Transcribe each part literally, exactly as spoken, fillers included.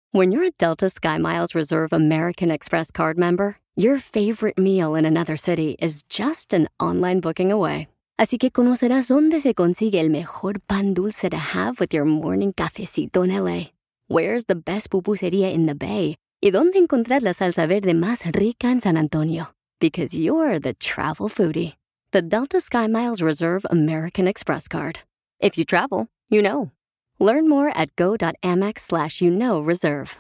When you're a Delta SkyMiles Reserve American Express card member, your favorite meal in another city is just an online booking away. Así que conocerás dónde se consigue el mejor pan dulce to have with your morning cafecito en L A. Where's the best pupusería in the Bay? Y dónde encontrar la salsa verde más rica en San Antonio. Because you're the travel foodie. The Delta SkyMiles Reserve American Express card. If you travel, you know. Learn more at go.amex slash you know reserve.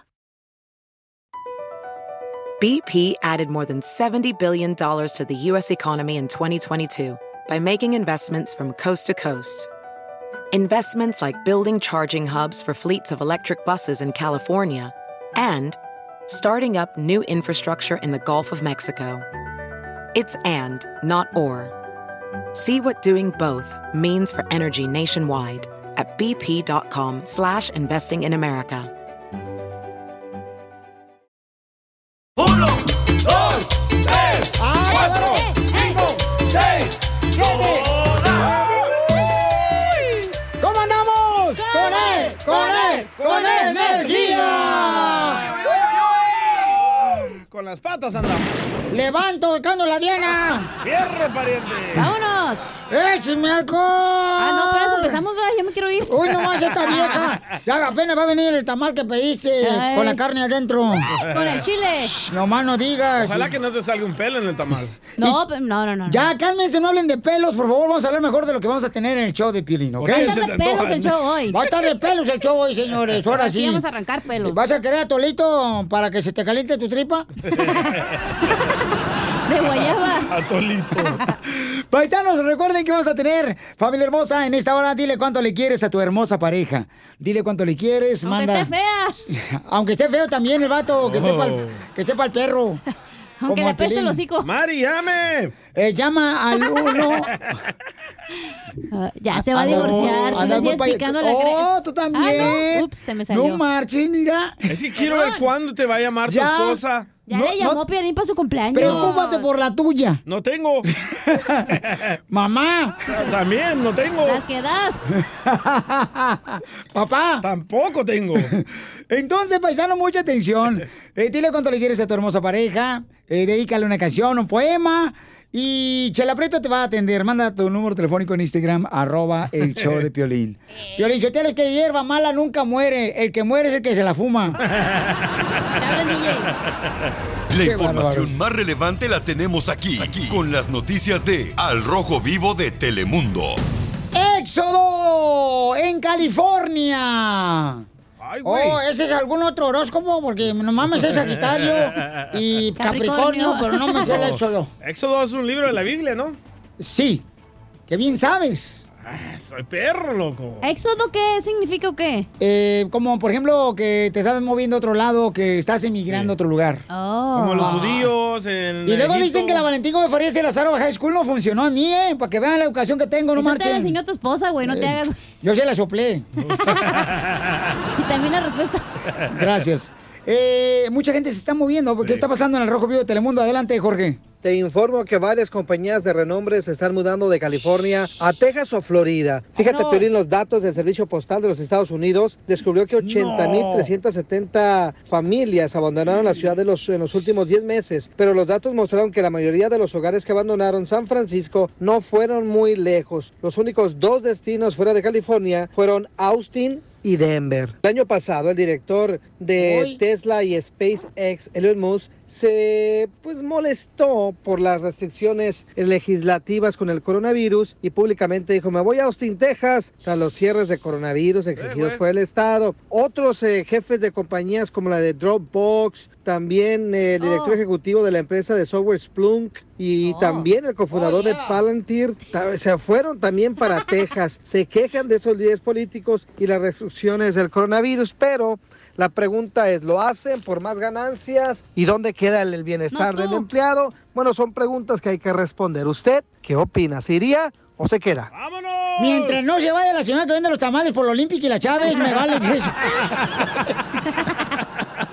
B P added more than seventy billion dollars to the U S economy in twenty twenty-two by making investments from coast to coast. Investments like building charging hubs for fleets of electric buses in California and starting up new infrastructure in the Gulf of Mexico. It's and, not or. See what doing both means for energy nationwide at bp.com slash investing in America. Uno, dos, tres, cuatro, cinco, seis, siete. ¿Cómo andamos? Con él, con él, con energía. Con las patas andamos. Levanto, tocando la Diana. ¡Fierro, pariente! ¡Vámonos! ¡Échame alcohol! Ah, no, pero eso empezamos, ¿verdad? Ya me quiero ir. Uy, nomás esta vieja. Ya apenas va a venir el tamal que pediste. Ay. Con la carne adentro. Ay, con el chile. Shh, nomás no digas. Ojalá que no te salga un pelo en el tamal. No, y, no, no, no. Ya, cálmense, no hablen de pelos, por favor. Vamos a hablar mejor de lo que vamos a tener en el show de Piolín, ¿ok? Va a estar de pelos el show hoy. Va a estar de pelos el show hoy, señores. Ahora sí. Sí, vamos a arrancar pelos. ¿Vas a querer atolito para que se te caliente tu tripa? De guayaba. Atolito. Paisanos, recuerden que vamos a tener, familia hermosa, en esta hora. Dile cuánto le quieres a tu hermosa pareja. Dile cuánto le quieres. Aunque manda... esté fea. Aunque esté feo también el vato, oh. que esté para el perro. Aunque le apeste el hocico. Mari, llame. Eh, llama al uno. Uh, ya se va a divorciar. Tú le sigues picando la cresta. Oh, tú también. Ah, no. Ups, se me salió. No marches, mira. Es que quiero ver cuándo te va a llamar ya. tu esposa. Ya no, le llamó no, Piolín para su cumpleaños. Preocúpate por la tuya. No tengo. Mamá. También no tengo. Las que das. Papá. Tampoco tengo. Entonces, paisano, mucha atención. Eh, dile cuánto le quieres a tu hermosa pareja. Eh, dedícale una canción, un poema. Y Chela Prieto te va a atender. Manda tu número telefónico en Instagram, arroba el show de Piolín. Piolín, yo te el que hierba mala nunca muere. El que muere es el que se la fuma. La información más relevante la tenemos aquí, aquí, con las noticias de Al Rojo Vivo de Telemundo. ¡Éxodo! En California. Ay, güey. Oh, ¿ese es algún otro horóscopo? Porque nomás me sé Sagitario y Capricornio, Capricornio, pero no me sé el Éxodo. Éxodo es un libro de la Biblia, ¿no? Sí. Qué bien sabes. Ah, soy perro, loco. ¿Éxodo qué significa o qué? Eh, como, por ejemplo, que te estás moviendo a otro lado, que estás emigrando sí. a otro lugar. Oh. Como los judíos en Y luego Egipto. dicen que la Valentín Gómez Farías y la Sara High School no funcionó a mí, ¿eh? Para que vean la educación que tengo, no Eso marchen. te la enseñó tu esposa, güey, no eh, te hagas... Yo se la soplé. Y también la respuesta. Gracias. Eh, mucha gente se está moviendo. Sí. ¿Qué está pasando en el Rojo Vivo de Telemundo? Adelante, Jorge. Te informo que varias compañías de renombre se están mudando de California a Texas o Florida. Fíjate, no. Piolín, los datos del Servicio Postal de los Estados Unidos descubrió que ochenta mil trescientas setenta no. familias abandonaron la ciudad de los, en los últimos diez meses, pero los datos mostraron que la mayoría de los hogares que abandonaron San Francisco no fueron muy lejos. Los únicos dos destinos fuera de California fueron Austin y Denver. El año pasado, el director de Uy. Tesla y SpaceX, Elon Musk, se pues molestó por las restricciones legislativas con el coronavirus y públicamente dijo: me voy a Austin, Texas, tras los cierres de coronavirus exigidos eh, por el estado. Otros eh, jefes de compañías como la de Dropbox, también eh, el director oh. ejecutivo de la empresa de software Splunk y oh. también el cofundador oh, yeah. de Palantir se fueron también para Texas. Se quejan de esos líderes políticos y las restricciones del coronavirus, pero la pregunta es, ¿lo hacen por más ganancias? ¿Y dónde queda el bienestar no, del empleado? Bueno, son preguntas que hay que responder. ¿Usted qué opina? ¿Se iría o se queda? ¡Vámonos! Mientras no se vaya la señora que vende los tamales por la Olímpica y la Chávez, me vale eso.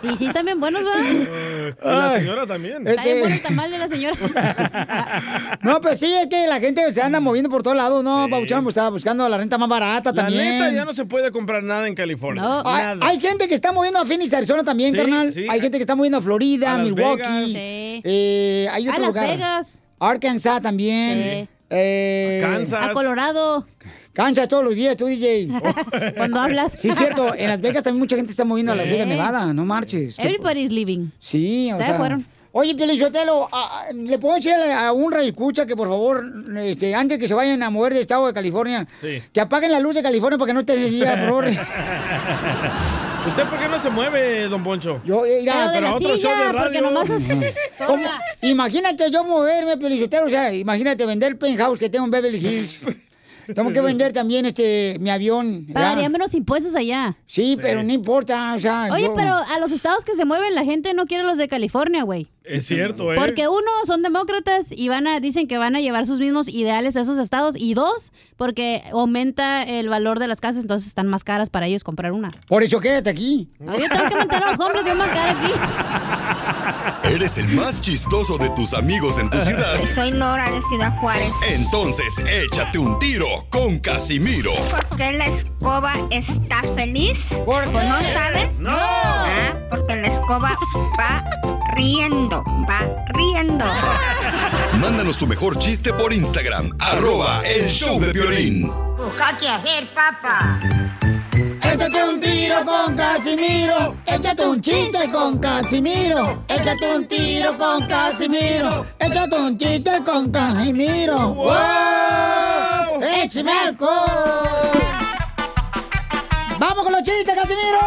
Y sí, están bien buenos, ¿verdad? Uh, y la señora también. Está bien bueno el tamal de la señora. No, pues sí, es que la gente se anda moviendo por todos lados, ¿no? Sí. Pabuchón, pues estaba buscando la renta más barata la también. La neta, ya no se puede comprar nada en California. No. Nada. Hay, hay gente que está moviendo a Phoenix, Arizona también, sí, carnal. Sí. Hay gente que está moviendo a Florida, a Milwaukee. Las sí. eh, hay otro a Las lugar. Vegas. Arkansas también. Sí. Eh, a Kansas. A Colorado. Kansas todos los días, tú, D J. Cuando hablas. Sí, es cierto. En Las Vegas también mucha gente está moviendo sí. a Las Vegas, Nevada. No marches. Everybody's leaving. Sí, o ¿Se sea. fueron? Oye, Pielichotelo, ¿le puedo decir a un radioescucha que por favor, este, antes que se vayan a mover de estado de California, sí. que apaguen la luz de California para que no esté ese día, por favor? ¿Usted por qué no se mueve, don Poncho? Yo, eh, pero de pero la otro silla, show de radio. Porque nomás hace... Imagínate yo moverme, Pielichotelo, o sea, imagínate vender el penthouse que tengo en Beverly Hills. Tengo que vender también este mi avión. Pagaría menos impuestos allá. Sí, sí, pero no importa, o sea... Oye, yo... pero a los estados que se mueven la gente no quiere los de California, güey. Es cierto, ¿eh? Porque uno, son demócratas y van a dicen que van a llevar sus mismos ideales a esos estados. Y dos, porque aumenta el valor de las casas, entonces están más caras para ellos comprar una. Por eso quédate aquí. No, yo tengo que mantener a los hombres, yo me voy a quedar aquí. Eres el más chistoso de tus amigos en tu ciudad. Soy Nora de Ciudad Juárez. Entonces, échate un tiro con Casimiro. ¿Por qué la escoba está feliz? ¿Por qué? ¿No saben? ¡No! Ah, porque la escoba va riendo, va riendo. Mándanos tu mejor chiste por Instagram, arroba el show de Piolín. Busca qué hacer, papá. Échate un tiro con Casimiro. Échate un chiste con Casimiro. Échate un tiro con Casimiro. Échate un chiste con Casimiro. ¡Wow! ¡Échame alcohol! ¡Vamos con los chistes, Casimiro!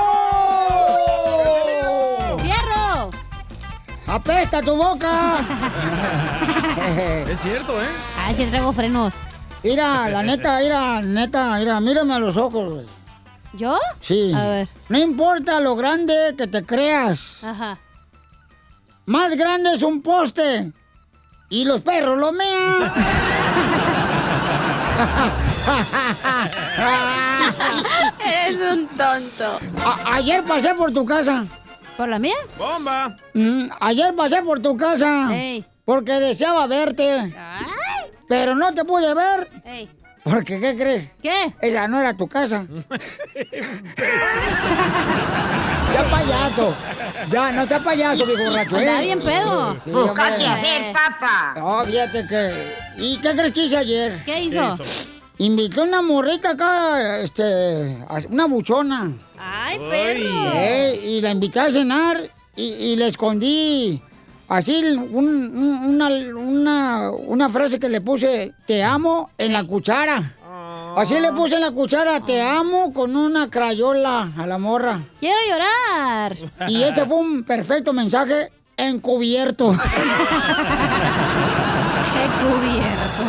¡Fierro! ¡Apesta tu boca! Es cierto, ¿eh? Ah, es que traigo frenos. Mira, la neta, mira, neta, mira, mírame a los ojos, güey. ¿Yo? Sí. A ver. No importa lo grande que te creas. Ajá. Más grande es un poste. Y los perros lo mean. Eres un tonto. A- ayer pasé por tu casa. ¿Por la mía? ¡Bomba! Mm, ayer pasé por tu casa. Ey. Porque deseaba verte. Ay. Pero no te pude ver. Ey. Porque, ¿qué crees? ¿Qué? Esa no era tu casa. Sea payaso. Ya, no sea payaso, viejo borracho. ¿eh? Está bien pedo. Sí, Busca hombre. qué hacer, papá. No, fíjate que... ¿Y qué crees que hice ayer? ¿Qué hizo? ¿Qué hizo? Invité a una morrita acá, este... a- una buchona. Ay, perro. Eh, y la invité a cenar y, y le escondí... Así un- un- una, una, una frase que le puse, te amo, en la cuchara. Así le puse en la cuchara, te amo, con una crayola a la morra. Quiero llorar. Y ese fue un perfecto mensaje encubierto. Encubierto.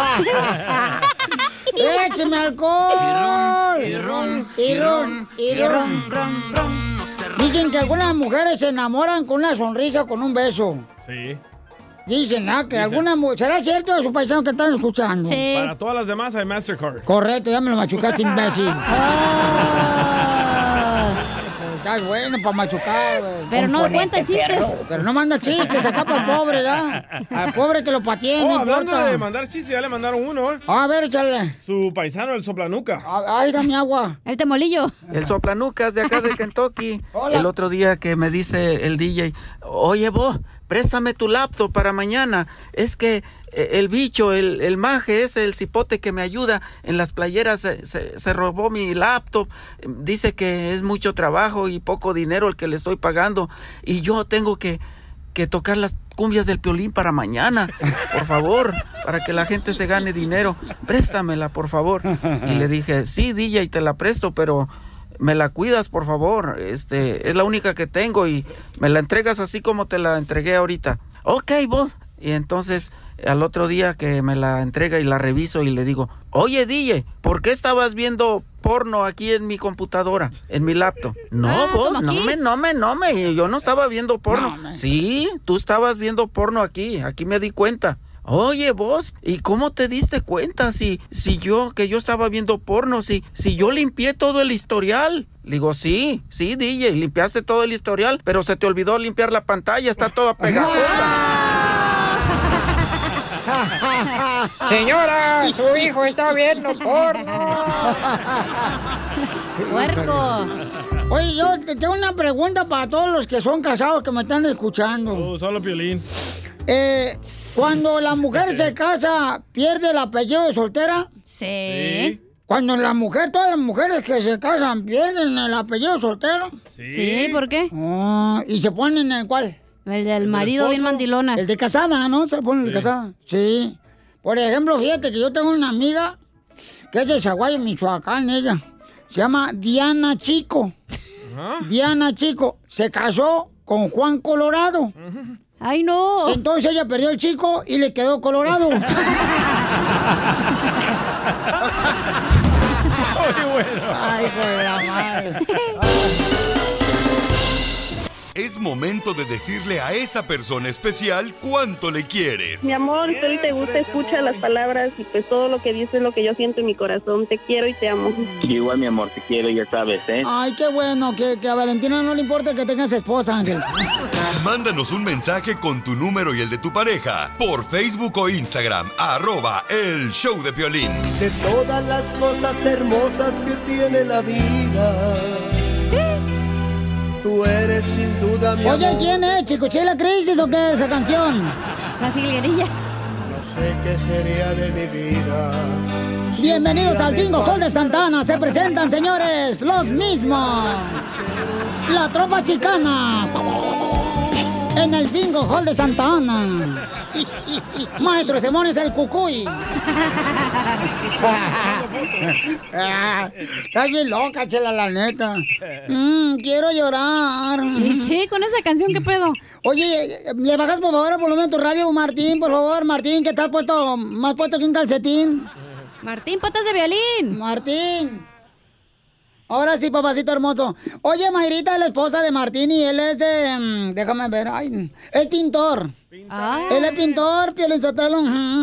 ¡Écheme alcohol! Y ron, y ron, y ron, ron, ron. Dicen que algunas mujeres se enamoran con una sonrisa o con un beso. Sí. Dicen, ¿ah? Que algunas mujeres... ¿Será cierto de sus paisanos que están escuchando? Sí. Para todas las demás hay Mastercard. Correcto, ya me lo machucaste, imbécil. Ah. Estás bueno para machucar, güey. Pero no cuenta chistes. Pero no manda chistes acá para el pobre, ¿ya? Al pobre que lo pateen, Oh, no hablando importa. de mandar chistes, ya le mandaron uno, ¿eh? A ver, échale. Su paisano, el soplanuca. Ay, dame agua. El temolillo. El soplanucas de acá de Kentucky. Hola. El otro día que me dice el D J, oye vos, préstame tu laptop para mañana. Es que eh, el bicho, el, el maje ese, el cipote que me ayuda en las playeras, se, se, se robó mi laptop. Dice que es mucho trabajo y poco dinero el que le estoy pagando. Y yo tengo que, que tocar las cumbias del Piolín para mañana. Por favor, para que la gente se gane dinero. Préstamela, por favor. Y le dije, sí, D J, te la presto, pero... me la cuidas, por favor, este, es la única que tengo y me la entregas así como te la entregué ahorita. Ok, vos. Y entonces, al otro día que me la entrega y la reviso y le digo, oye, D J, ¿por qué estabas viendo porno aquí en mi computadora, en mi laptop? No, Ah, vos, ¿como no aquí? me, no me, no me, yo no estaba viendo porno. No, me- Sí, tú estabas viendo porno aquí, aquí me di cuenta. oye, vos, ¿y cómo te diste cuenta si, si yo, que yo estaba viendo porno, si, si yo limpié todo el historial? Le digo, sí, sí, D J, limpiaste todo el historial, pero se te olvidó limpiar la pantalla, está toda pegajosa. Señora, su hijo está viendo porno. Puerco. Oye, yo tengo una pregunta para todos los que son casados que me están escuchando. Oh, solo Piolín. Eh, cuando la mujer se casa, ¿pierde el apellido de soltera? Sí. Sí. Cuando la mujer, todas las mujeres que se casan, ¿pierden el apellido soltero? Sí. Sí, ¿por qué? Oh, ¿y se ponen en cuál? El del marido bien mandilonas. El de casada, ¿no? Se lo ponen el de Sí. casada. Sí. Por ejemplo, fíjate que yo tengo una amiga que es de Zaguayo, Michoacán, ella. Se llama Diana Chico. ¿Ah? Diana Chico se casó con Juan Colorado. ¡Ay, no! Entonces ella perdió el chico y le quedó Colorado. Muy bueno. Ay, por la madre. Es momento de decirle a esa persona especial cuánto le quieres. Mi amor, si hoy te gusta, escucha las palabras y pues todo lo que dices es lo que yo siento en mi corazón. Te quiero y te amo. Igual, mi amor, te quiero, ya sabes, ¿eh? Ay, qué bueno, que, que a Valentina no le importa que tengas esposa, Ángel. Mándanos un mensaje con tu número y el de tu pareja por Facebook o Instagram, arroba el show de Piolín. De todas las cosas hermosas que tiene la vida, tú eres sin duda mi Oye, amor. ¿quién es? ¿Chicochela Crisis o qué es esa canción? Las hilguerillas. No sé qué sería de mi vida. Bienvenidos al Bingo Hall de Santana. Se presentan, señores, los mismos. La tropa chicana. En el Bingo Hall de Santana. Maestro Simón es el cucuy. Estás bien loca, Chela, la neta. Mm, quiero llorar. Y sí, con esa canción, ¿qué pedo? Oye, ¿le bajas por favor el volumen de tu radio, Martín? Por favor, Martín, que estás puesto más puesto que un calcetín. Martín, patas de violín. Martín. Ahora sí, papacito hermoso. Oye, Mayrita es la esposa de Martín y él es de... mm, déjame ver, ay, es pintor. Ah. Él es pintor, Piolín Sotelo.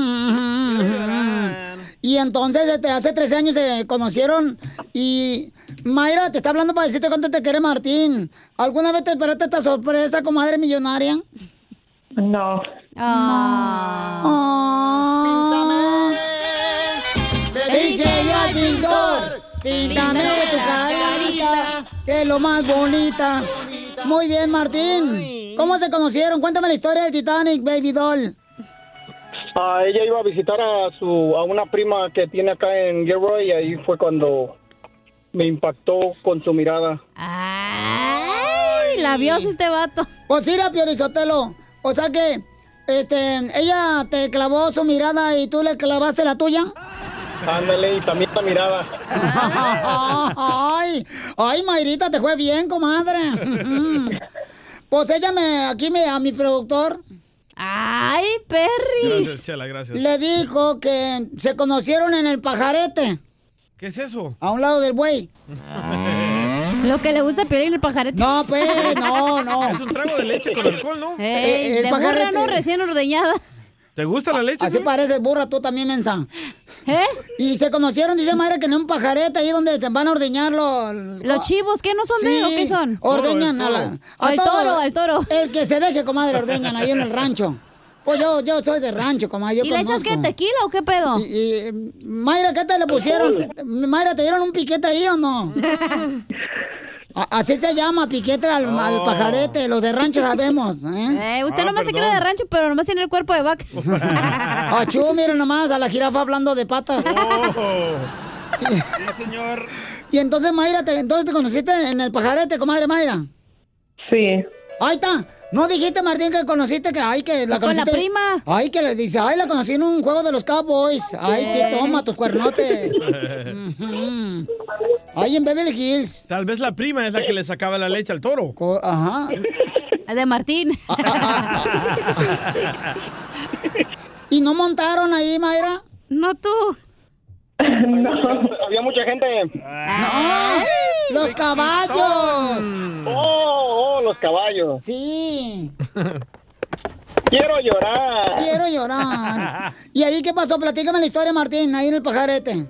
Y entonces este, hace trece años se conocieron y... Mayra, te está hablando para decirte cuánto te quiere Martín. ¿Alguna vez te esperaste esta sorpresa, comadre millonaria? No. Ah. Ah. Le dije yo al pintor, píntame tu carita, que es lo más bonita. Muy bien, Martín. ¿Cómo se conocieron? Cuéntame la historia del Titanic, Baby Doll. Ah, ella iba a visitar a su a una prima que tiene acá en Gilroy y ahí fue cuando me impactó con su mirada. Ay, la vio este vato. Pues sí, la Piolizotelo. O sea que, este, ella te clavó su mirada y tú le clavaste la tuya. Ándale, y también la mirada. Ay, ay, Mayrita, te fue bien, comadre. Pues ella me, aquí me, a mi productor. Ay, perris. Gracias, Chela, gracias. Le dijo que se conocieron en el Pajarete. ¿Qué es eso? A un lado del buey. Lo que le gusta a Piolín, el pajarete. No, pues, no, no. Es un trago de leche con alcohol, ¿no? Ey, el de pajarete. burra, ¿no? Recién ordeñada. ¿Te gusta la leche? Así no? parece burra tú también, mensa. ¿Eh? Y se conocieron, dice Mayra, que en un pajarete ahí donde te van a ordeñar los... Los chivos, ¿qué no son de Sí, o qué son? Ordeñan Toro, a el la... toro. a Al todo. toro, al toro. El que se deje, comadre, ordeñan ahí en el rancho. Pues yo, yo soy de rancho, comadre, yo ¿Y le echas conozco. qué, tequila o qué pedo? Y, y, Mayra, ¿qué te le pusieron? Te- Mayra, ¿te dieron un piquete ahí o no? A- así se llama, piquete al, al Oh. pajarete, los de rancho sabemos, ¿eh? Eh, usted Ah, nomás se cree perdón. de rancho, pero nomás tiene el cuerpo de vaca. Achú, miren nomás, a la jirafa hablando de patas. Oh. Sí, señor. Y entonces, Mayra, te, entonces te conociste en el pajarete, comadre Mayra. Sí. Ahí está. ¿No dijiste, Martín, que conociste que, ay, que la Con la conociste? prima. Ay, que le dice, ay, la conocí en un juego de los Cowboys. Ay, sí, toma tus cuernotes. Ujú. Ay, en Beverly Hills. Tal vez la prima es la que le sacaba la leche al toro. Co- Ajá. De Martín. ¿Y no montaron ahí, Mayra? No tú. No. Había mucha gente. ¡No! ¡Los caballos! Oh, oh, los caballos. Sí. Quiero llorar. Quiero llorar. ¿Y ahí qué pasó? Platícame la historia, Martín, ahí en el pajarete.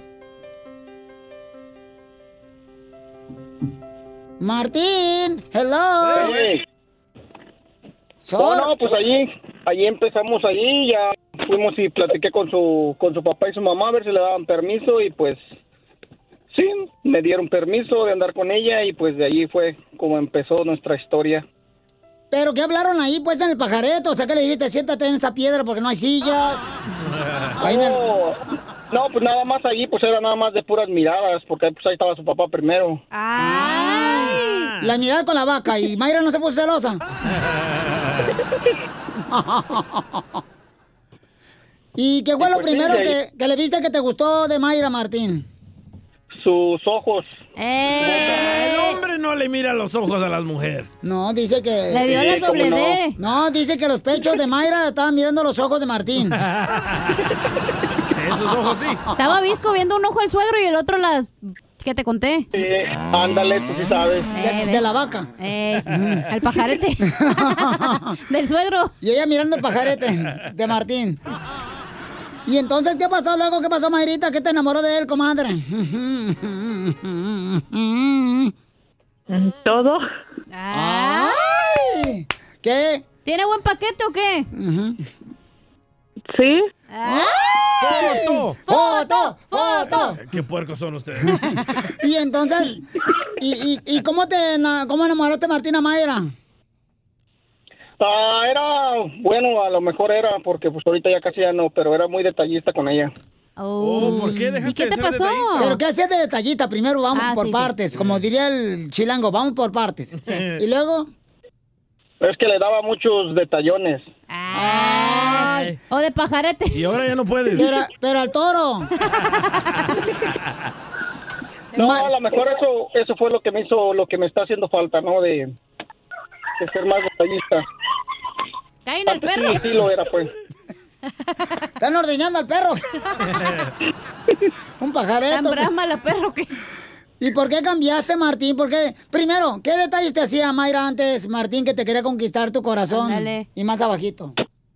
Martín, hello. Sí. No, no, pues allí, allí empezamos allí, ya fuimos y platiqué con su, con su papá y su mamá a ver si le daban permiso y pues sí, me dieron permiso de andar con ella y pues de allí fue como empezó nuestra historia. ¿Pero qué hablaron ahí, pues, en el pajarete? O sea, que le dijiste, siéntate en esta piedra porque no hay sillas. No, no, pues nada más allí, pues era nada más de puras miradas, porque pues ahí estaba su papá primero. ¡Ay! La mirada con la vaca y Mayra no se puso celosa. ¿Y qué fue lo Pues, primero sí, que, que le viste que te gustó de Mayra, Martín? Sus ojos. El hombre no le mira los ojos a las mujeres. No, dice que... Le dio la doble D. No, dice que los pechos de Mayra estaban mirando los ojos de Martín. Esos ojos sí. Estaba visco viendo un ojo al suegro y el otro las... que te conté. Sí, ándale, tú sí sabes. De, de la vaca. Eh, el pajarete. Del suegro. Y ella mirando el pajarete de Martín. ¿Y entonces qué pasó luego? ¿Qué pasó, Mayrita? ¿Qué te enamoró de él, comadre? Todo. ¡Ay! ¿Qué? ¿Tiene buen paquete o qué? Sí. ¡Foto! ¡Foto! ¡Foto! ¡Qué puercos son ustedes! Y entonces, ¿y, y, y cómo te ena- cómo enamoraste a Martina Mayra? Ah, era, bueno, a lo mejor era, porque pues ahorita ya casi ya no, pero era muy detallista con ella. Oh, ¿por qué dejaste ¿Y qué de te ser pasó? detallista? ¿Pero qué hacías de detallita? Primero vamos Ah, por sí, sí. partes, como diría el chilango, vamos por partes. Y luego... Es que le daba muchos detallones. Ay. O de pajarete. Y ahora ya no puedes. Pero, pero al toro. No, a lo mejor eso eso fue lo que me hizo, lo que me está haciendo falta, ¿no? De, de ser más detallista. Caen el Antes perro. sí, sí lo era, pues. Están ordeñando al perro. Un pajarete. Tan brama la perro que... ¿Y por qué cambiaste, Martín? ¿Por qué? Primero, ¿qué detalles te hacía Mayra antes, Martín, que te quería conquistar tu corazón? Ándale. Y más abajito.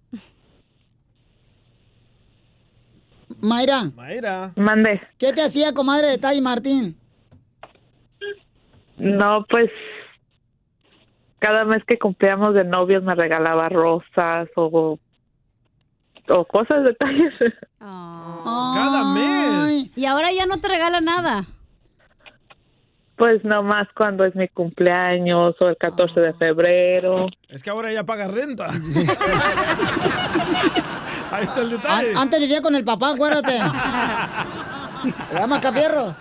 Mayra, Mayra. Mande. ¿qué te hacía, comadre, detalle, Martín? No, pues cada mes que cumplíamos de novios me regalaba rosas o, o cosas, detalles. Cada mes. Y ahora ya no te regala nada. Pues nomás cuando es mi cumpleaños o el catorce de febrero. Es que ahora ella paga renta. Ahí está el detalle. An- antes vivía con el papá, acuérdate. Se llama Cafierros.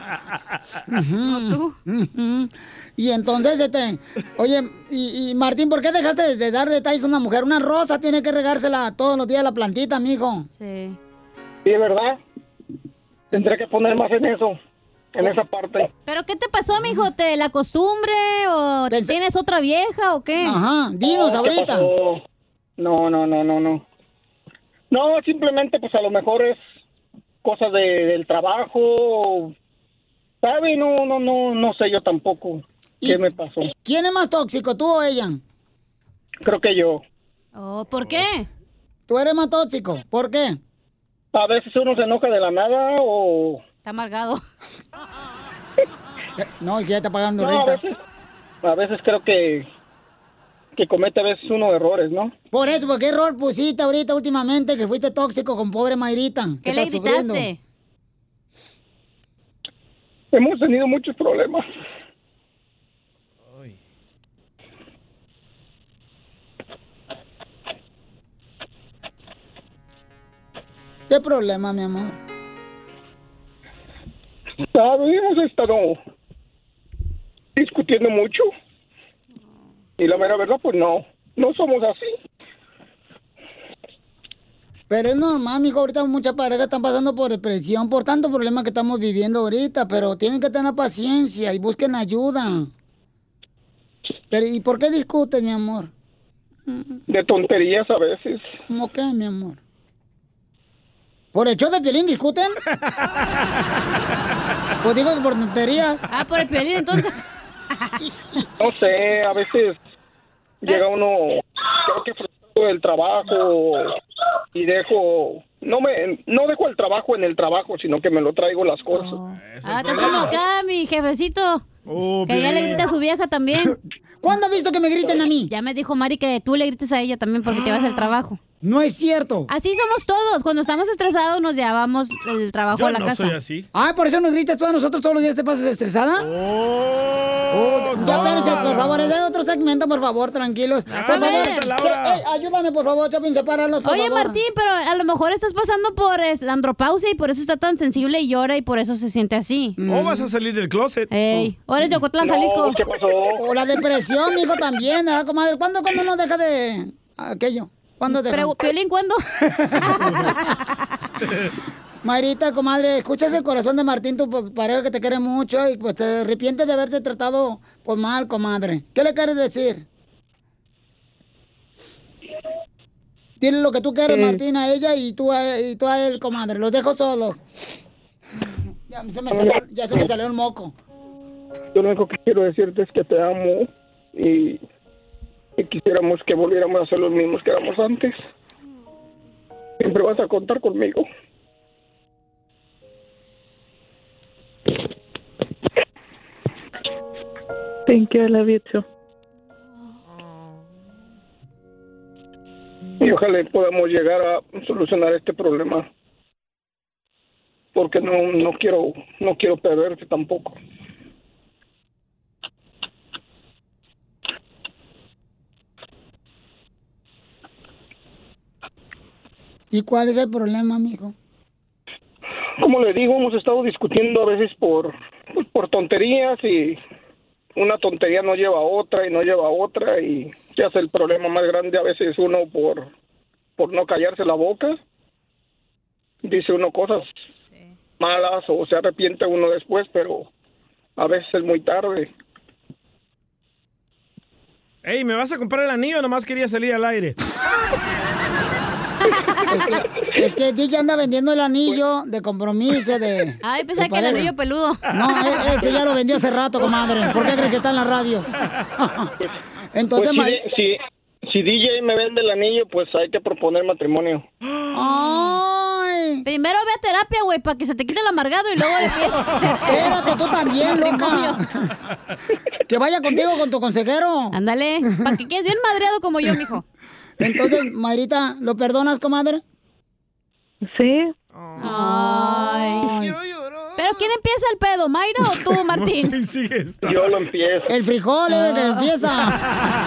Ujú, ujú. Y entonces, este, oye, y, y Martín, ¿por qué dejaste de, de dar detalles a una mujer? Una rosa tiene que regársela todos los días a la plantita, mijo. Sí. Sí, ¿verdad? Tendré que poner más en eso, en esa parte. ¿Pero qué te pasó, mijo? ¿Te la costumbre o tienes otra vieja o qué? Ajá, dinos ¿Qué ahorita. pasó? No, no, no, no, no. No, simplemente, pues a lo mejor es cosas de, del trabajo, ¿sabe? No, no, no, no sé yo tampoco qué me pasó. ¿Quién es más tóxico, tú o ella? Creo que yo. Oh, ¿por qué? Tú eres más tóxico. ¿Por qué? A veces uno se enoja de la nada o... Está amargado. No, ya está pagando No, a renta. veces, a veces creo que que comete a veces uno errores, ¿no? Por eso, ¿por qué error pusiste ahorita últimamente que fuiste tóxico con pobre Mayrita? ¿Qué le está sufriendo? gritaste? Hemos tenido muchos problemas. ¿Qué problema, mi amor? Ah, hemos estado discutiendo mucho. Y la mera verdad, pues no, no somos así. Pero es normal, mijo, ahorita muchas parejas están pasando por depresión, por tanto problema que estamos viviendo ahorita, pero tienen que tener paciencia y busquen ayuda. Pero, ¿y por qué discuten, mi amor? De tonterías a veces. ¿Cómo qué, mi amor? ¿Por el show de Piolín discuten? Pues digo que por tonterías. Ah, por el Piolín, entonces. No sé, a veces llega uno, creo que frustrado el trabajo y dejo, no me, no dejo el trabajo en el trabajo, sino que me lo traigo las cosas. Oh. Ah, estás como acá, mi jefecito. Oh, que ella le grita a su vieja también. ¿Cuándo has visto que me griten a mí? Ya me dijo Mari que tú le grites a ella también porque te vas al trabajo. No es cierto. Así somos todos. Cuando estamos estresados nos llevamos el trabajo Yo a la no casa. soy así. Ah, por eso nos gritas tú a nosotros todos los días. ¿Te pasas estresada? Oh, ya, espérense, por favor. Ese es otro segmento, por favor, tranquilos. Por favor, Che- ey, ayúdame, por favor, Chapin, sepáralos, por Oye, favor. Martín, pero a lo mejor estás pasando por es, la andropausia y por eso está tan sensible y llora y por eso se siente así. ¿O vas a salir del closet? Ey, ahora es de Ocotlán, Jalisco. ¿Qué pasó? O la depresión, mijo, también, ¿verdad, comadre? ¿Cuándo, cuándo no deja de aquello? ¿Cuándo deja? Pero, Piolín, ¿cuándo? Marita, comadre, escuchas el corazón de Martín, tu pa- pareja que te quiere mucho y pues te arrepientes de haberte tratado pues mal, comadre. ¿Qué le quieres decir? Dile lo que tú quieres, Eh. Martín, a ella y tú a, y tú a él, comadre. Los dejo solos. Ya se me salió, ya se me salió el moco. Yo lo único que quiero decirte es que te amo y, y quisiéramos que volviéramos a ser los mismos que éramos antes. Siempre vas a contar conmigo. Thank you, I love you too. Y ojalá podamos llegar a solucionar este problema. Porque no, no quiero, no quiero perderte tampoco. ¿Y cuál es el problema, amigo? Como le digo, hemos estado discutiendo a veces por, pues, por tonterías y una tontería no lleva a otra y no lleva a otra y se hace el problema más grande a veces uno por, por no callarse la boca. Dice uno cosas malas o se arrepiente uno después, pero a veces es muy tarde. Ey, ¿me vas a comprar el anillo? Nomás quería salir al aire. Es que, es que D J anda vendiendo el anillo de compromiso de... Ay, pensé de que el pareja. anillo peludo. No, e- ese ya lo vendió hace rato, comadre. ¿Por qué crees que está en la radio? Entonces, Pues ma- si, si, si D J me vende el anillo, pues hay que proponer matrimonio. ¡Ay! Primero ve a terapia, güey, para que se te quite el amargado y luego empiezas. Espérate, tú también, loca. Que vaya contigo con tu consejero. Ándale, para que quedes bien madreado como yo, mijo. Entonces, Mayrita, ¿lo perdonas, comadre? Sí. Ay. ¿Pero quién empieza el pedo, Mayra o tú, Martín? Yo lo empiezo. El frijol es el que empieza.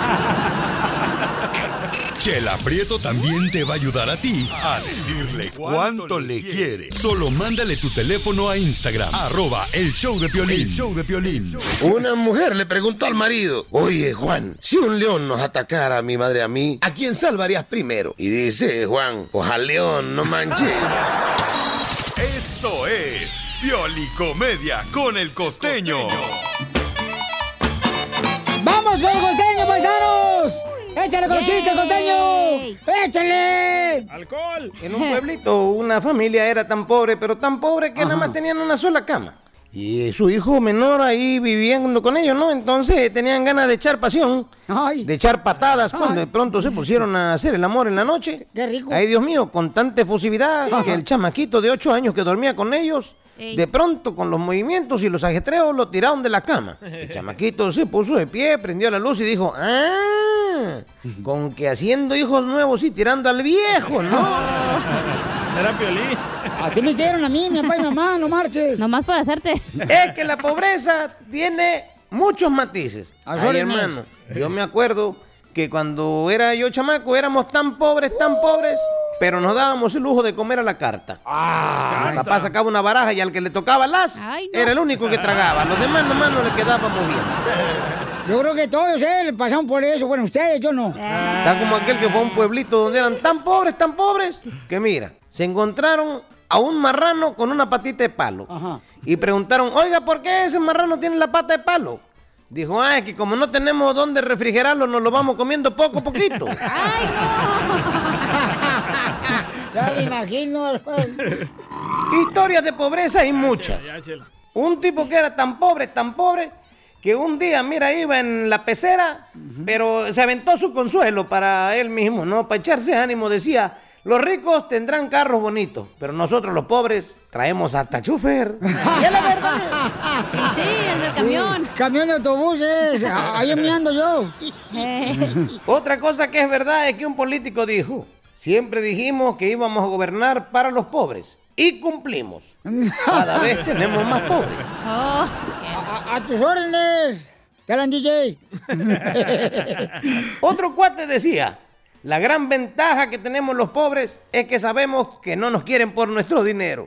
Chela Prieto también te va a ayudar a ti a decirle cuánto le quiere. Solo mándale tu teléfono a Instagram, arroba el show de Piolín. El show de Piolín. Una mujer le preguntó al marido: oye, Juan, si un león nos atacara a mi madre y a mí, ¿a quién salvarías primero? Y dice Juan: pues al león, no manches. Esto es Piolicomedia con el Costeño. ¡Vamos con el costeño, paisanos! ¡Échale con los chistes, costeño! ¡Échale! ¡Alcohol! En un pueblito una familia era tan pobre, pero tan pobre que nada más tenían una sola cama. Y su hijo menor ahí viviendo con ellos, ¿no? Entonces tenían ganas de echar pasión, de echar patadas cuando de pronto se pusieron a hacer el amor en la noche. ¡Qué rico! Ay, Dios mío, con tanta efusividad que el chamaquito de ocho años que dormía con ellos, Ey. de pronto con los movimientos y los ajetreos lo tiraron de la cama. El chamaquito se puso de pie, prendió la luz y dijo: ¡ah! Con que haciendo hijos nuevos y tirando al viejo, ¿no? Era Piolín. Así me hicieron a mí, mi papá y mamá, no marches. Nomás para hacerte. Es que la pobreza tiene muchos matices. Ay, Órale. hermano, yo me acuerdo que cuando era yo chamaco éramos tan pobres, tan pobres, pero nos dábamos el lujo de comer a la carta. Ah, Mi papá sacaba una baraja y al que le tocaba las, Ay, no. era el único que tragaba. Los demás nomás no le quedábamos bien. Yo creo que todos, ¿eh? Pasaron por eso. Bueno, ustedes, yo no. Está como aquel que fue a un pueblito donde eran tan pobres, tan pobres, que mira, se encontraron a un marrano con una patita de palo. Ajá. Y preguntaron: oiga, ¿por qué ese marrano tiene la pata de palo? Dijo: ah, es que como no tenemos dónde refrigerarlo, nos lo vamos comiendo poco a poquito. Ya me imagino. Historias de pobreza hay muchas. Un tipo que era tan pobre, tan pobre, que un día, mira, iba en la pecera, uh-huh. pero se aventó su consuelo para él mismo, ¿no? Para echarse ánimo, decía, los ricos tendrán carros bonitos, pero nosotros los pobres traemos hasta chofer. Y es la verdad. Y sí, el del camión. Sí, camión de autobuses, ahí me ando yo. Otra cosa que es verdad es que un político dijo, siempre dijimos que íbamos a gobernar para los pobres. Y cumplimos. Cada vez tenemos más pobres. Oh. A, a tus órdenes. Te hablan, D J. Otro cuate decía, la gran ventaja que tenemos los pobres es que sabemos que no nos quieren por nuestro dinero.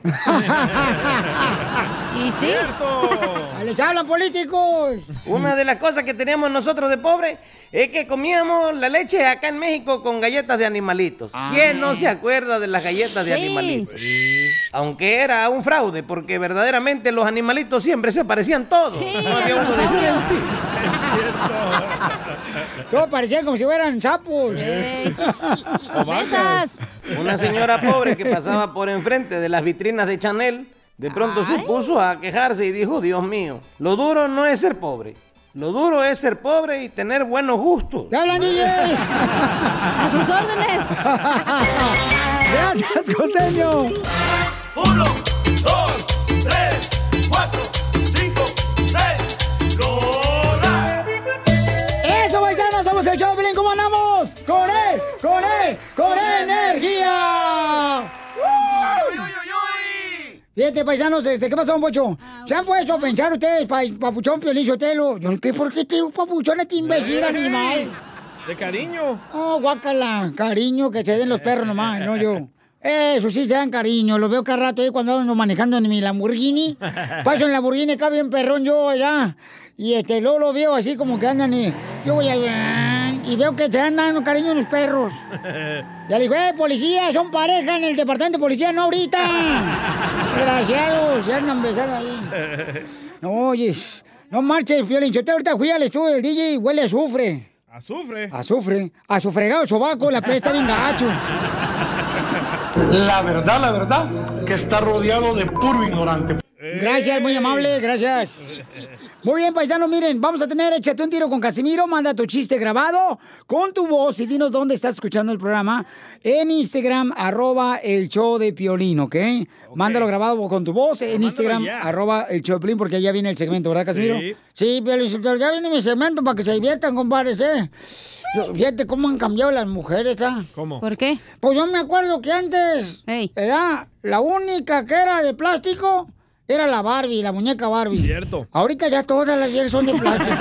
Y sí. ¡Les hablan políticos! Una de las cosas que teníamos nosotros de pobres es que comíamos la leche acá en México con galletas de animalitos. Ah. ¿Quién no se acuerda de las galletas de sí. animalitos? Sí. Aunque era un fraude, porque verdaderamente los animalitos siempre se parecían todos. Sí, no había uno diferente. Es cierto. Todos parecían como si fueran sapos. Sí. O vacas. Una señora pobre que pasaba por enfrente de las vitrinas de Chanel, de pronto Ay. se puso a quejarse y dijo, Dios mío, lo duro no es ser pobre. Lo duro es ser pobre y tener buenos gustos. ¡Te hablan, D J! ¡A sus órdenes! ¡Gracias, costeño! Uno, dos, tres, cuatro, cinco, seis, ¡Lola! ¡Eso, paisanos! ¡Somos el show de Piolín! ¿Cómo andamos? ¡Con él! ¡Con él! ¡Con energía! Fíjate, paisanos, este, ¿qué pasó, don Pocho? Ah, ¿Se han puesto a pensar ustedes, pa, papuchón, Piolín Sotelo? ¿Qué, ¿Por qué te digo papuchón a ti, imbécil, animal? De cariño. Oh, guácala, cariño, que se den los perros nomás, no yo. Eso sí, se dan cariño, lo veo cada rato ahí cuando ando manejando en mi Lamborghini. Paso en el Lamborghini, acá bien perrón yo allá. Y este, luego lo veo así como que andan y... Yo voy a... Y veo que se andan dando cariño en los perros. Ya le digo, eh, policía, son pareja en el departamento de policía, no ahorita. Desgraciados, se andan besando ahí. No, oyes, no marches, Piolín. Yo ahorita fui al estudio del D J y huele a azufre. ¿Azufre? Azufre. A su fregado sobaco, la pesta bien gacho. La verdad, la verdad, que está rodeado de puro ignorante. Gracias, muy amable, gracias. Muy bien, paisanos, miren, vamos a tener Échate un tiro con Casimiro. Manda tu chiste grabado con tu voz y dinos dónde estás escuchando el programa. En Instagram, arroba el show de Piolín, ¿ok? okay. Mándalo grabado con tu voz en Instagram, ya. arroba el show de Piolín, porque ya viene el segmento, ¿verdad, Casimiro? Sí. Sí, Piolín, ya viene mi segmento para que se diviertan, compadres, ¿eh? Fíjate cómo han cambiado las mujeres, ¿ah? ¿Cómo? ¿Por qué? Pues yo me acuerdo que antes hey. era la única que era de plástico... Era la Barbie, la muñeca Barbie. Cierto. Ahorita ya todas las viejas son de plástico.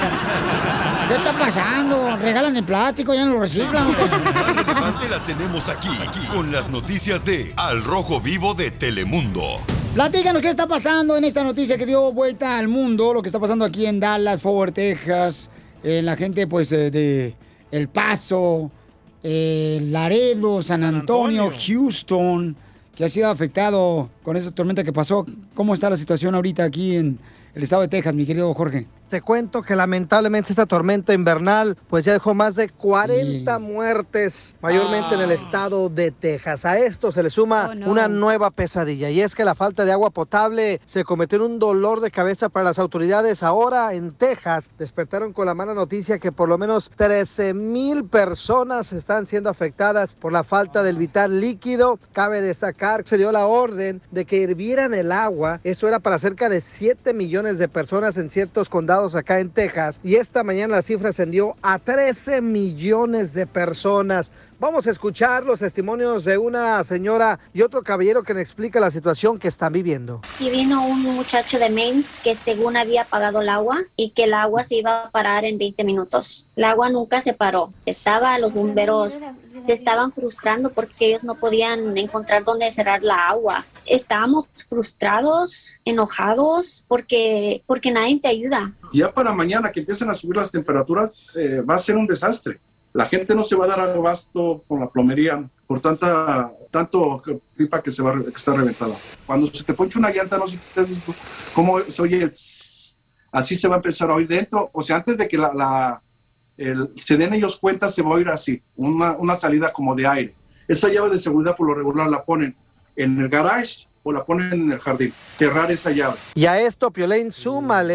¿Qué está pasando? Regalan el plástico, ya no lo reciclan. La más relevante la tenemos aquí, aquí, con las noticias de Al Rojo Vivo de Telemundo. Platícanos qué está pasando en esta noticia que dio vuelta al mundo, lo que está pasando aquí en Dallas, Fort Worth, Texas, eh, la gente pues eh, de El Paso, eh, Laredo, San Antonio, San Antonio, Houston, que ha sido afectado con esa tormenta que pasó. ¿Cómo está la situación ahorita aquí en el estado de Texas, mi querido Jorge? Te cuento que lamentablemente esta tormenta invernal pues ya dejó más de cuarenta sí. muertes, mayormente oh. en el estado de Texas. A esto se le suma oh, no. una nueva pesadilla, y es que la falta de agua potable se convirtió en un dolor de cabeza para las autoridades. Ahora en Texas despertaron con la mala noticia que por lo menos trece mil personas están siendo afectadas por la falta del vital líquido. Cabe destacar que se dio la orden de que hirvieran el agua. Esto era para cerca de siete millones de personas en ciertos condados acá en Texas, y esta mañana la cifra ascendió a trece millones de personas. Vamos a escuchar los testimonios de una señora y otro caballero que nos explica la situación que están viviendo. Y vino un muchacho de Maine que según había apagado el agua y que el agua se iba a parar en veinte minutos. El agua nunca se paró. Estaba, los bomberos se estaban frustrando porque ellos no podían encontrar dónde cerrar la agua. Estábamos frustrados, enojados, porque, porque nadie te ayuda. Ya para mañana que empiecen a subir las temperaturas, eh, va a ser un desastre. La gente no se va a dar abasto con la plomería por tanta tanto pipa que se va que está reventada. Cuando se te poncha una llanta, no sé si te has visto cómo se oye el tss, así se va a empezar a oír dentro. O sea, antes de que la, la el, se den ellos cuenta, se va a oír así, una, una salida como de aire. Esa llave de seguridad por lo regular la ponen en el garage o la ponen en el jardín. Cerrar esa llave. Y a esto, Piolín, súmale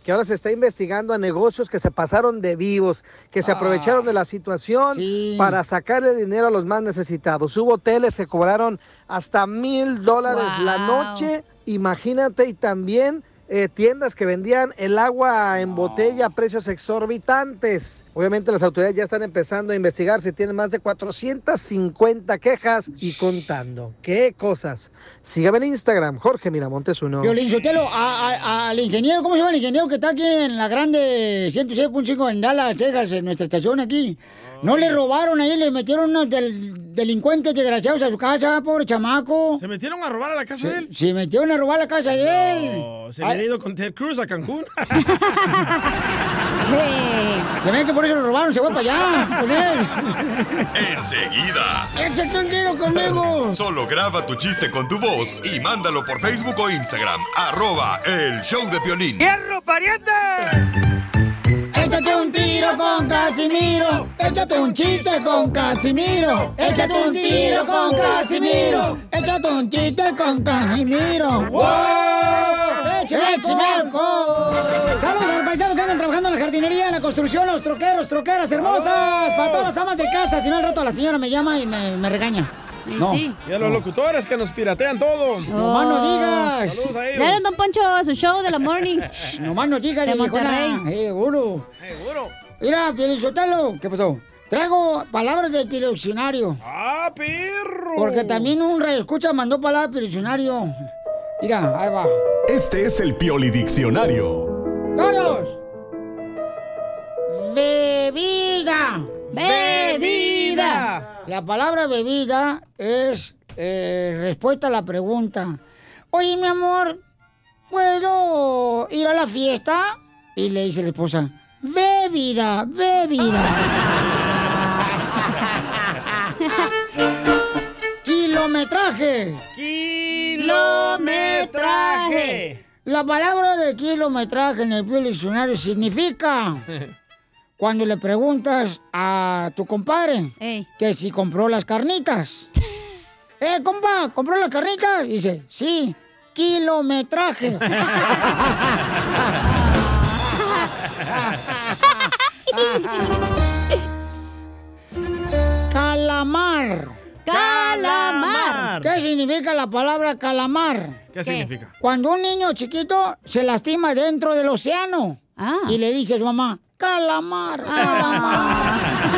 que ahora se está investigando a negocios que se pasaron de vivos, que se aprovecharon de la situación sí. para sacarle dinero a los más necesitados. Hubo hoteles que cobraron hasta mil dólares Wow. la noche, imagínate, y también eh, tiendas que vendían el agua en botella a precios exorbitantes. Obviamente las autoridades ya están empezando a investigar, se tienen más de cuatrocientas cincuenta quejas y contando. ¿Qué cosas? Sígame en Instagram, Jorge Miramontes uno. Piolín Sotelo, a- a- al ingeniero, ¿cómo se llama el ingeniero que está aquí en la grande ciento seis punto cinco en Dallas, Texas, en nuestra estación aquí? No le robaron ahí, le metieron unos del, delincuentes desgraciados a su casa, pobre chamaco. ¿Se metieron a robar a la casa de él? Se metieron a robar la casa de él. No, se había ido con Ted Cruz a Cancún. Se ve que por eso lo robaron, se fue para allá con él. Enseguida. ¡Échate un tiro conmigo! Solo graba tu chiste con tu voz y mándalo por Facebook o Instagram. Arroba El Show de Piolín. ¡Hierro, pariente! Échate un tiro con Casimiro. Échate un chiste con Casimiro. Échate un tiro con Casimiro. Échate un chiste con Casimiro. ¡Wow! ¡Échame alcohol! Saludos a los paisanos que andan trabajando en la jardinería, en la construcción, los troqueros, troqueras hermosas. Para todas las amas de casa. Si no, al rato la señora me llama y me, me regaña. Y No. sí. Y a los locutores que nos piratean todo. Nomás no digas. Saludos a ellos. Dale, don Poncho, a su show de la morning. Nomás no digas, De viejona. Monterrey. Eh, Seguro. Seguro. Mira, Pielinsotelo. ¿Qué pasó? Traigo palabras del diccionario. ¡Ah, perro! Porque también un radioescucha mandó palabras del diccionario. Mira, ahí va. Este es el Pioli Diccionario. ¡Todos! Bebida. Bebida. La palabra bebida es eh, respuesta a la pregunta. Oye, mi amor, ¿puedo ir a la fiesta? Y le dice la esposa, bebida, bebida. Kilometraje. Kilometraje. La palabra de kilometraje en el Pioli Diccionario significa cuando le preguntas a tu compadre Ey. que si compró las carnitas. Eh, compa, ¿compró las carnitas? Y dice, sí, kilometraje. Calamar. Calamar. ¿Qué significa la palabra calamar? ¿Qué, significa? Cuando un niño chiquito se lastima dentro del océano Ah. y le dice a su mamá, calamar, calamar.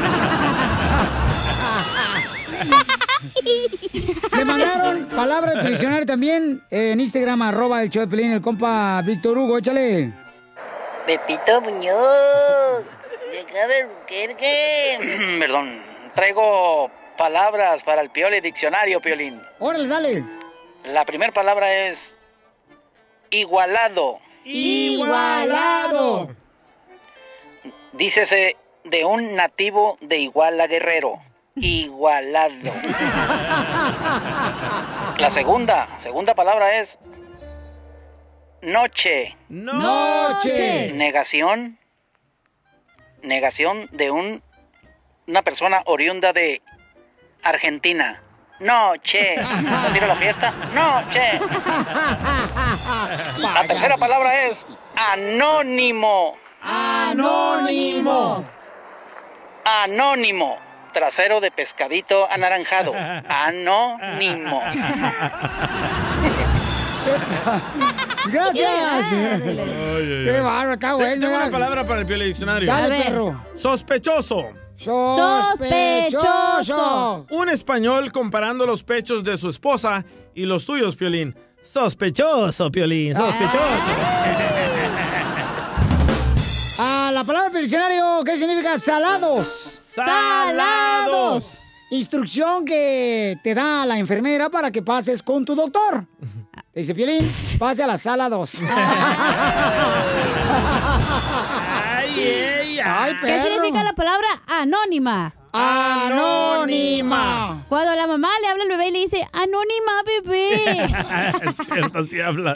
Le mandaron palabras del diccionario también en Instagram, arroba el show de Pelín, el compa Víctor Hugo, échale. Pepito Muñoz, de acá del Buquerque. Perdón, traigo palabras para el Pioli Diccionario, Piolín. Órale, dale. La primera palabra es igualado. Igualado. Dícese de un nativo de Iguala, Guerrero. Igualado. La segunda, segunda palabra es noche. Noche. Negación. Negación de un una persona oriunda de Argentina. Noche. ¿Vas a ir a la fiesta? Noche. La tercera palabra es anónimo. Anónimo. Anónimo. Trasero de pescadito anaranjado. Anónimo. Gracias. Ay, ay, Qué ay. bárbaro, está bueno. Tengo una ya. palabra para el Pioli Diccionario. Dale, A ver. perro. Sospechoso. Sospechoso. Un español comparando los pechos de su esposa y los tuyos, Piolín. Sospechoso, Piolín, sospechoso. Ah, la palabra del diccionario, ¿qué significa? Salados. Salados. Instrucción que te da la enfermera para que pases con tu doctor. Te dice, Piolín, pase a la sala dos. Ay, ella. Ay, ¿Qué perro. significa la palabra anónima? Anónima. Cuando la mamá le habla al bebé y le dice, anónima, bebé. Es cierto, así hablan.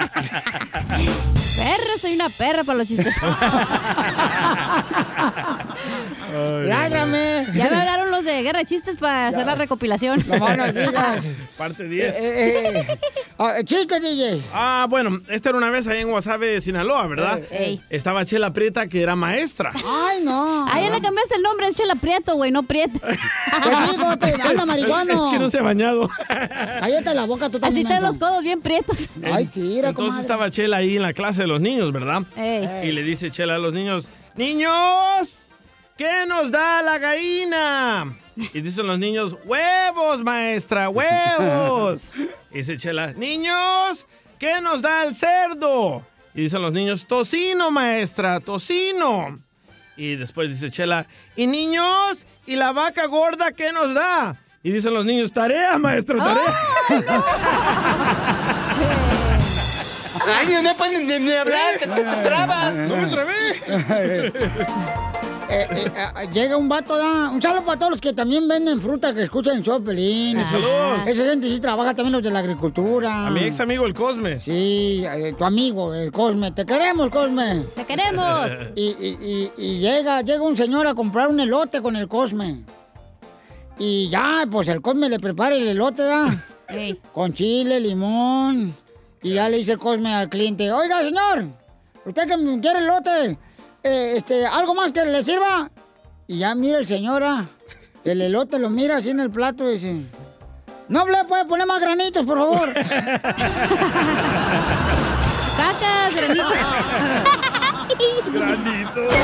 Perro, soy una perra para los chistes. Lágrame. Ya me hablaron los de guerra de chistes para hacer la recopilación. No más no digas. Parte diez. Eh, eh, ah, chiste, D J. Ah, bueno, esta era una vez ahí en Guasave, Sinaloa, ¿verdad? Ey. Estaba Chela Prieta, que era maestra. Ay, no. Ahí le cambiaste el nombre, es Chela Prieto, güey, no Prieto. Te digo, te anda marihuano. Es que no se ha bañado. Cállate la boca, tú también. Así traen los codos bien prietos. Ay, sí, era Entonces comadre. estaba Chela ahí en la clase de los niños, ¿verdad? Ey. Y le dice Chela a los niños, ¡niños! ¿Qué nos da la gallina? Y dicen los niños, ¡huevos, maestra, huevos! Y dice Chela, ¡niños! ¿Qué nos da el cerdo? Y dicen los niños, ¡tocino, maestra, tocino! Y después dice Chela, ¿y niños? ¿Y la vaca gorda qué nos da? Y dicen los niños, ¡tarea, maestro, tarea! ¡Ay, no! Ay, no pueden ni, ni hablar, te, te, te trabas. ¡No me trabé! Eh, eh, eh, llega un vato, ¿da? Un saludo para todos los que también venden fruta que escuchan el show de Pelín. Ah. Saludos. Esa gente sí trabaja también los de la agricultura. A mi ex amigo el Cosme. Sí, eh, tu amigo, el Cosme. Te queremos, Cosme. ¡Te queremos! Y, y, y, y llega, llega un señor a comprar un elote con el Cosme. Y ya, pues el Cosme le prepara el elote, ¿da? Ey. Con chile, limón. Y ya le dice el Cosme al cliente, oiga, señor, usted que quiere elote, eh, este, ¿algo más que le sirva? Y ya mira el señor, ah, el elote lo mira así en el plato y dice, no le puede poner más granitos, por favor. ¡Cacas, granitos! Granitos.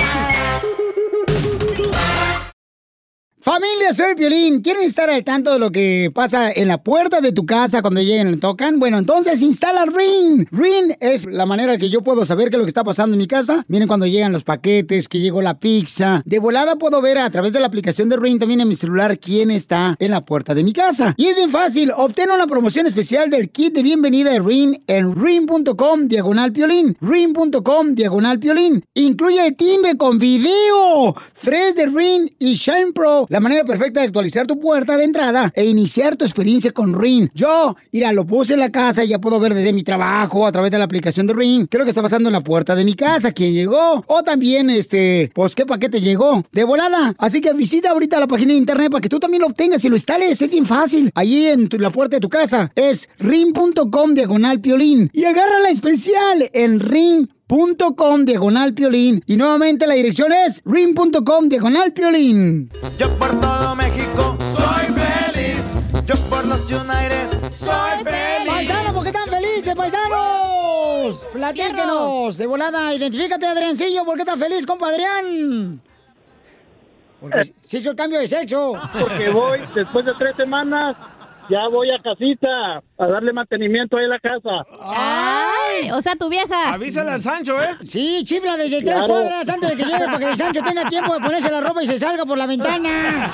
Familia, soy Piolín. ¿Quieren estar al tanto de lo que pasa en la puerta de tu casa cuando lleguen y tocan? Bueno, entonces instala Ring. Ring es la manera que yo puedo saber qué es lo que está pasando en mi casa. Miren cuando llegan los paquetes, que llegó la pizza. De volada puedo ver a través de la aplicación de Ring también en mi celular quién está en la puerta de mi casa. Y es bien fácil. Obtén una promoción especial del kit de bienvenida de Ring en ring.com diagonal Piolín. ring.com diagonal Piolín. Incluye el timbre con video. Tres de Ring y Shine Pro. La manera perfecta de actualizar tu puerta de entrada e iniciar tu experiencia con Ring. Yo, mira, lo puse en la casa y ya puedo ver desde mi trabajo a través de la aplicación de Ring qué es lo que está pasando en la puerta de mi casa, quién llegó, o también, este, pues qué paquete llegó de volada. Así que visita ahorita la página de internet para que tú también lo obtengas y lo instales. Es bien fácil. Allí en tu, la puerta de tu casa es ring.com diagonal Piolín y agarra la especial en ring.com diagonal Piolín. Y nuevamente la dirección es ring.com diagonal Piolín. Yo por todo México soy feliz. Yo por los United soy feliz. ¡Paisanos, por qué tan felices, paisanos! Platíquenos, de volada. Identifícate, Adriancillo, ¿por qué tan feliz, compa Adrián? Porque se hizo el cambio de sexo. Porque voy, después de tres semanas, ya voy a casita a darle mantenimiento ahí a la casa. ¡Ay! O sea, tu vieja. Avísale al Sancho, ¿eh? Sí, chifla desde tres Claro. cuadras antes de que llegue para que el Sancho tenga tiempo de ponerse la ropa y se salga por la ventana.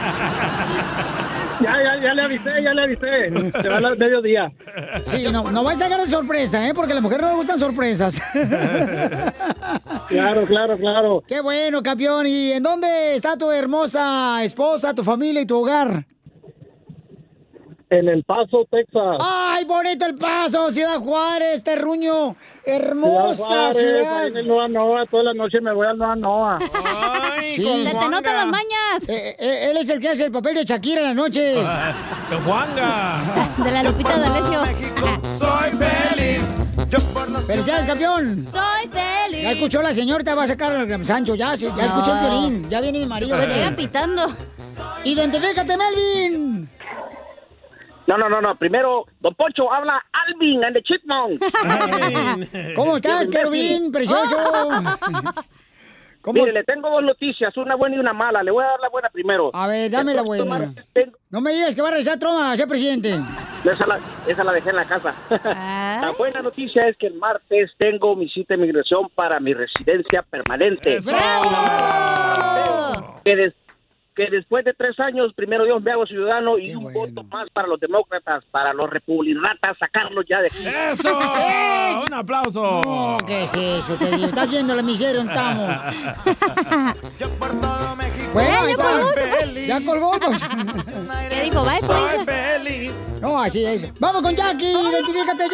Ya, ya, ya le avisé, ya le avisé. Se va al mediodía. Sí, no, no vais a sacar de sorpresa, ¿eh? Porque a la mujer no le gustan sorpresas. Claro, claro, claro. Qué bueno, campeón. ¿Y en dónde está tu hermosa esposa, tu familia y tu hogar? En El Paso, Texas. ¡Ay, bonito El Paso! Ciudad Juárez, terruño. Hermosa Juárez, ciudad. ahí en el Noa Noa, toda la noche me voy al Noa Noa. Ay, Sí. con Se te Juanga. notan las mañas. Eh, eh, él es el que hace el papel de Shakira en la noche. Con Juanga. De la Lupita D'Alessio. Soy feliz. Yo por los ¡Felicidades, campeón! Soy feliz. Ya escuchó la señorita, va a sacar al Sancho. Ya, ya escuché el violín. Ya viene mi marido. vete. Llega pitando. ¡Identifícate, Melvin! No, no, no, no. Primero, Don Poncho, habla Alvin and the Chipmunk. ¿Cómo estás, querubín? Precioso. ¿Cómo? Mire, le tengo dos noticias, una buena y una mala. Le voy a dar la buena primero. A ver, dame la Entonces, buena. tengo- No me digas que va a regresar Trump a ser presidente. Esa la, esa la dejé en la casa. Ah. La buena noticia es que el martes tengo mi cita de migración para mi residencia permanente. ¡Bravo! Que, des- que después de tres años, primero Dios me hago ciudadano y un voto más para los demócratas, para los republicanos, sacarlos ya de aquí. ¡Eso! ¡Un aplauso! No, ¿qué es eso? Te digo, estás viendo la miseria en Tamo. Yo por todo México Bueno, Ya, ahí ya está. colgó, se fue. Ya colgó, pues. ¿Qué dijo? ¿Va soy eso? feliz. No, así es. Vamos con Jackie. Identifícate,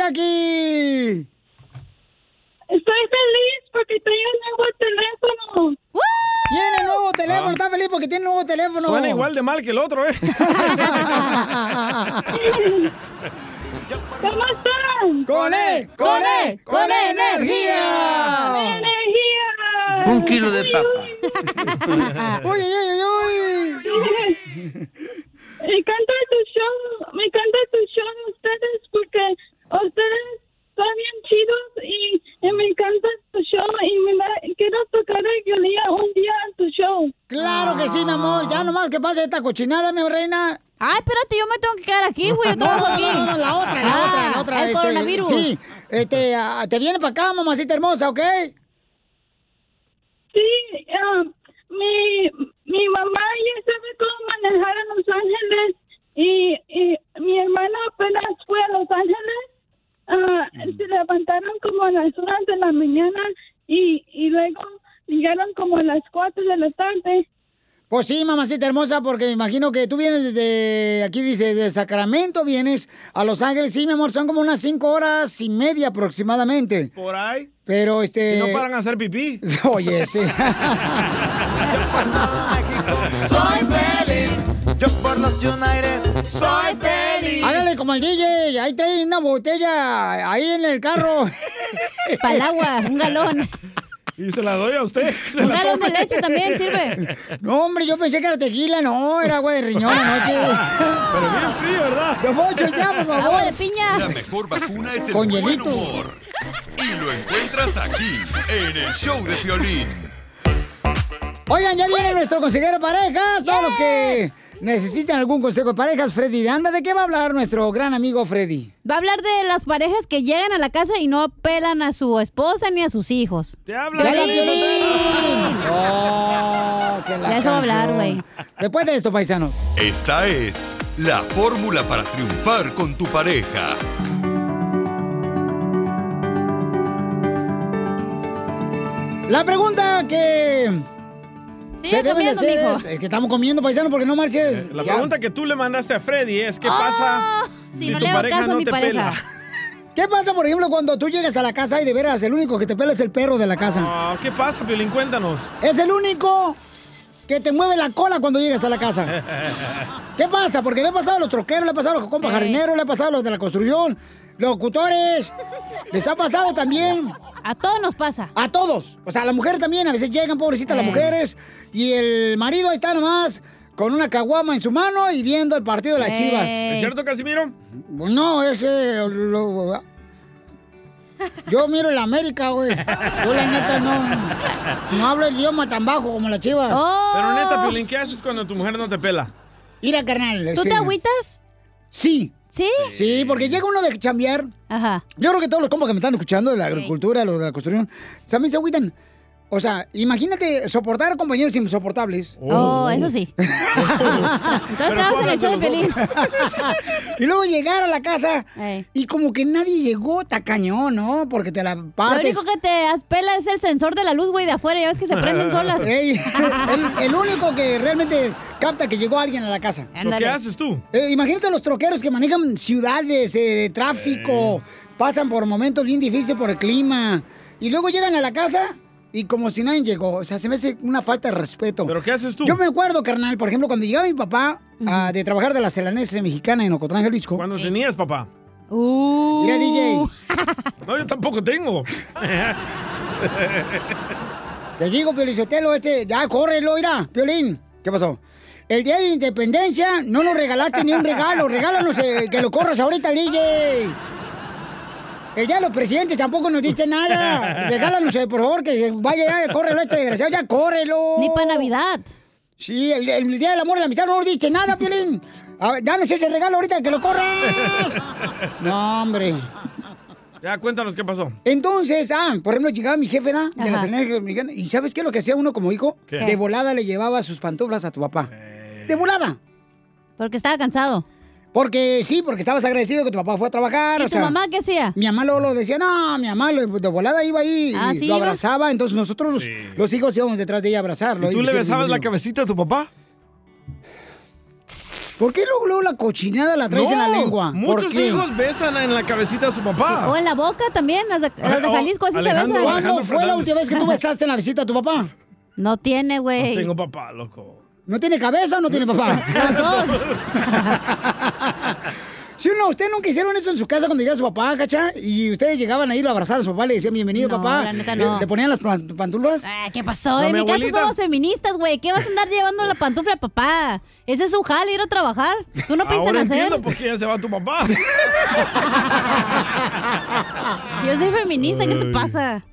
Jackie. Estoy feliz porque tengo un nuevo teléfono. Tiene nuevo teléfono, ah. está feliz porque tiene nuevo teléfono. Suena igual de mal que el otro, ¿eh? ¿Cómo están? ¡Con él! ¡Con él! ¡Con energía! ¡Con energía! Un kilo de papa. ¡Uy, uy, uy, uy! Me encanta tu show, me encanta tu show ustedes porque ustedes son bien chidos y, y me encanta tu show y me da, quiero tocar el violín un día en tu show. Claro que sí, mi amor. Ya nomás que pase esta cochinada, mi reina. Ay, espérate, yo me tengo que quedar aquí, güey. Yo trabajo aquí. No, no, la otra, la ah, otra, la otra. El este, coronavirus. Sí, este, uh, te viene para acá, mamacita hermosa, ¿ok? Sí, uh, mi, mi mamá ya sabe cómo manejar a Los Ángeles y, y mi hermana apenas fue a Los Ángeles. Uh, se levantaron como a las horas de la mañana y, y luego llegaron como a las cuatro de la tarde. Pues sí, mamacita hermosa, porque me imagino que tú vienes desde, aquí dice, de Sacramento, vienes a Los Ángeles. Sí, mi amor, son como unas cinco horas y media aproximadamente. Por ahí. Pero este... Y no paran a hacer pipí. Oye, este... Soy feliz. Yo por los United soy feliz. Hágale como el D J, ahí trae una botella ahí en el carro. Para el agua, un galón. Y se la doy a usted. Un galón de leche también sirve. No, hombre, yo pensé que era tequila. No, era agua de riñón anoche. Pero bien frío, ¿verdad? Los ocho ya, por favor. Agua de piña. La mejor vacuna es el Con buen hielito. humor. Y lo encuentras aquí, en el show de Piolín. Oigan, ya viene nuestro consejero de parejas. Todos yes. los que necesitan algún consejo de parejas, Freddy de Anda. ¿De qué va a hablar nuestro gran amigo Freddy? Va a hablar de las parejas que llegan a la casa y no pelan a su esposa ni a sus hijos. ¡Te habla! ¡Piolín! ¡Oh, qué la de eso va a hablar, güey. Después de esto, paisano. Esta es la fórmula para triunfar con tu pareja. La pregunta que... Sigue se debe de comiendo, hacer mijo. es, es que estamos comiendo, paisano, porque no marches. La Ya. pregunta que tú le mandaste a Freddy es, ¿qué Oh, pasa si si no tu le hago pareja caso a no mi te pareja? pela? ¿Qué pasa, por ejemplo, cuando tú llegas a la casa y de veras el único que te pela es el perro de la casa? Oh, ¿qué pasa, Piolín? Cuéntanos. Es el único que te mueve la cola cuando llegas a la casa. ¿Qué pasa? Porque le ha pasado a los troqueros, le ha pasado a los compas Eh. jardineros, le ha pasado a los de la construcción, locutores. Les ha pasado también. A todos nos pasa. A todos. O sea, a las mujeres también. A veces llegan, pobrecitas, las Eh. mujeres. Y el marido ahí está nomás con una caguama en su mano y viendo el partido de las Eh. Chivas. ¿Es cierto, Casimiro? No, ese... lo- yo miro el América, güey. Yo la neta no, no hablo el idioma tan bajo como la Chivas. Oh. Pero neta, Piolín, ¿qué haces cuando tu mujer no te pela? Mira, carnal. ¿Tú sí. te agüitas? Sí. ¿Sí? Sí, porque llega uno de chambear. Ajá. Yo creo que todos los compas que me están escuchando de la Sí. agricultura, los de la construcción, también se agüitan. O sea, imagínate soportar a compañeros insoportables. Oh, eso sí. Entonces estabas en el show de Piolín. Y luego llegar a la casa Ey. y como que nadie llegó, tacañón, ¿no? Porque te la Lo partes. único que te aspela es el sensor de la luz, güey, de afuera. Ya ves que se prenden solas. Ey, el, el único que realmente capta que llegó alguien a la casa. ¿Lo Ándale. que haces tú? Eh, imagínate los troqueros que manejan ciudades, eh, de tráfico, pasan por momentos bien difíciles por el clima, y luego llegan a la casa y como si nadie llegó. O sea, se me hace una falta de respeto. ¿Pero qué haces tú? Yo me acuerdo, carnal, por ejemplo, cuando llegaba mi papá ah, de trabajar de la Celanese Mexicana en Ocotlán, Jalisco. Cuando tenías, papá. Uh. Mira, D J, No, yo tampoco tengo. te digo, Piolizotelo, este, ya, córrelo, mira, Piolín. ¿Qué pasó? El día de independencia no nos regalaste ni un regalo. Regálanos eh, que lo corras ahorita, D J. El día de los presidentes tampoco nos diste nada. Regálanos, eh, por favor, que vaya ya, córrelo este desgraciado, ya, córrelo. Ni para Navidad. Sí, el, el día del amor y la amistad no nos diste nada, Piolín. A ver, danos ese regalo ahorita, que lo corras. No, hombre. Ya, cuéntanos qué pasó. Entonces, ah, por ejemplo, llegaba mi jefe, ¿da? De la Ajá. Celanese Mexicana. ¿Y sabes qué es lo que hacía uno como hijo? ¿Qué? De volada le llevaba sus pantuflas a tu papá. De volada. Porque estaba cansado. Porque sí, porque estabas agradecido que tu papá fue a trabajar. ¿Y o tu sea, mamá qué hacía? Mi mamá luego lo decía, no, mi mamá lo- de volada iba ahí Ah, y ¿sí lo ibas? abrazaba. Entonces nosotros, los, Sí. los hijos, íbamos detrás de ella a abrazarlo. ¿Y tú le decirle besabas la bienvenido. cabecita a tu papá? ¿Por qué luego, luego la cochinada la traes en la lengua? ¿Por Muchos qué? hijos besan en la cabecita a su papá. O en la boca también. Las de, las de Oh, Jalisco así se Alejandro, besan. ¿Cuándo Alejandro fue la Fernández. última vez que tú besaste en la visita a tu papá? No tiene, güey. No tengo papá, loco. ¿No tiene cabeza o no tiene papá? Las dos. Si uno, ¿ustedes nunca hicieron eso en su casa cuando llegaba su papá, cacha? Y ustedes llegaban a ir a abrazar a su papá, le decían bienvenido, No, papá. la neta no. ¿Le, le ponían las pan- pantuflas? Ah, ¿qué pasó? No, en mi mi casa abuelita. somos feministas, güey. ¿Qué vas a andar llevando la pantufla, papá? Ese es su jale, ir a trabajar. Tú no pediste Ahora nacer. entiendo por qué ya se va tu papá. Yo soy feminista, ¿qué te pasa?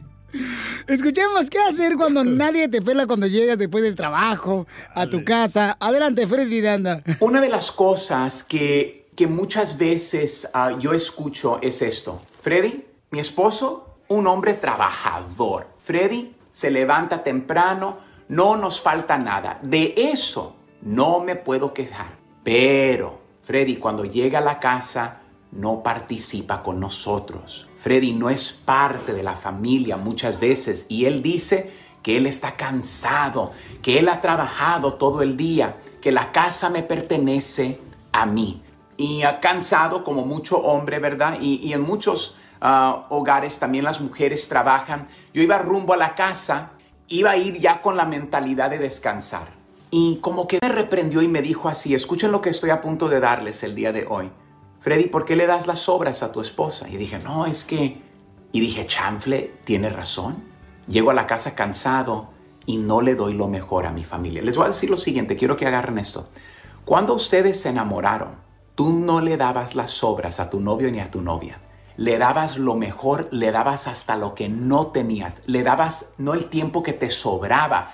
Escuchemos qué hacer cuando nadie te pela cuando llegas después del trabajo a tu casa. Adelante, Freddy de Anda. Una de las cosas que, que muchas veces uh, yo escucho es esto. Freddy, mi esposo, un hombre trabajador. Freddy se levanta temprano, no nos falta nada. De eso no me puedo quejar. Pero Freddy, cuando llega a la casa, no participa con nosotros. Freddy no es parte de la familia muchas veces y él dice que él está cansado, que él ha trabajado todo el día, que la casa me pertenece a mí. Y ha cansado como mucho hombre, ¿verdad? Y, y en muchos uh, hogares también las mujeres trabajan. Yo iba rumbo a la casa, iba a ir ya con la mentalidad de descansar. Y como que me reprendió y me dijo así, escuchen lo que estoy a punto de darles el día de hoy. Freddy, ¿por qué le das las sobras a tu esposa? Y dije, no, es que... Y dije, chanfle, tiene razón. Llego a la casa cansado y no le doy lo mejor a mi familia. Les voy a decir lo siguiente, quiero que agarren esto. Cuando ustedes se enamoraron, tú no le dabas las sobras a tu novio ni a tu novia. Le dabas lo mejor, le dabas hasta lo que no tenías. Le dabas no el tiempo que te sobraba.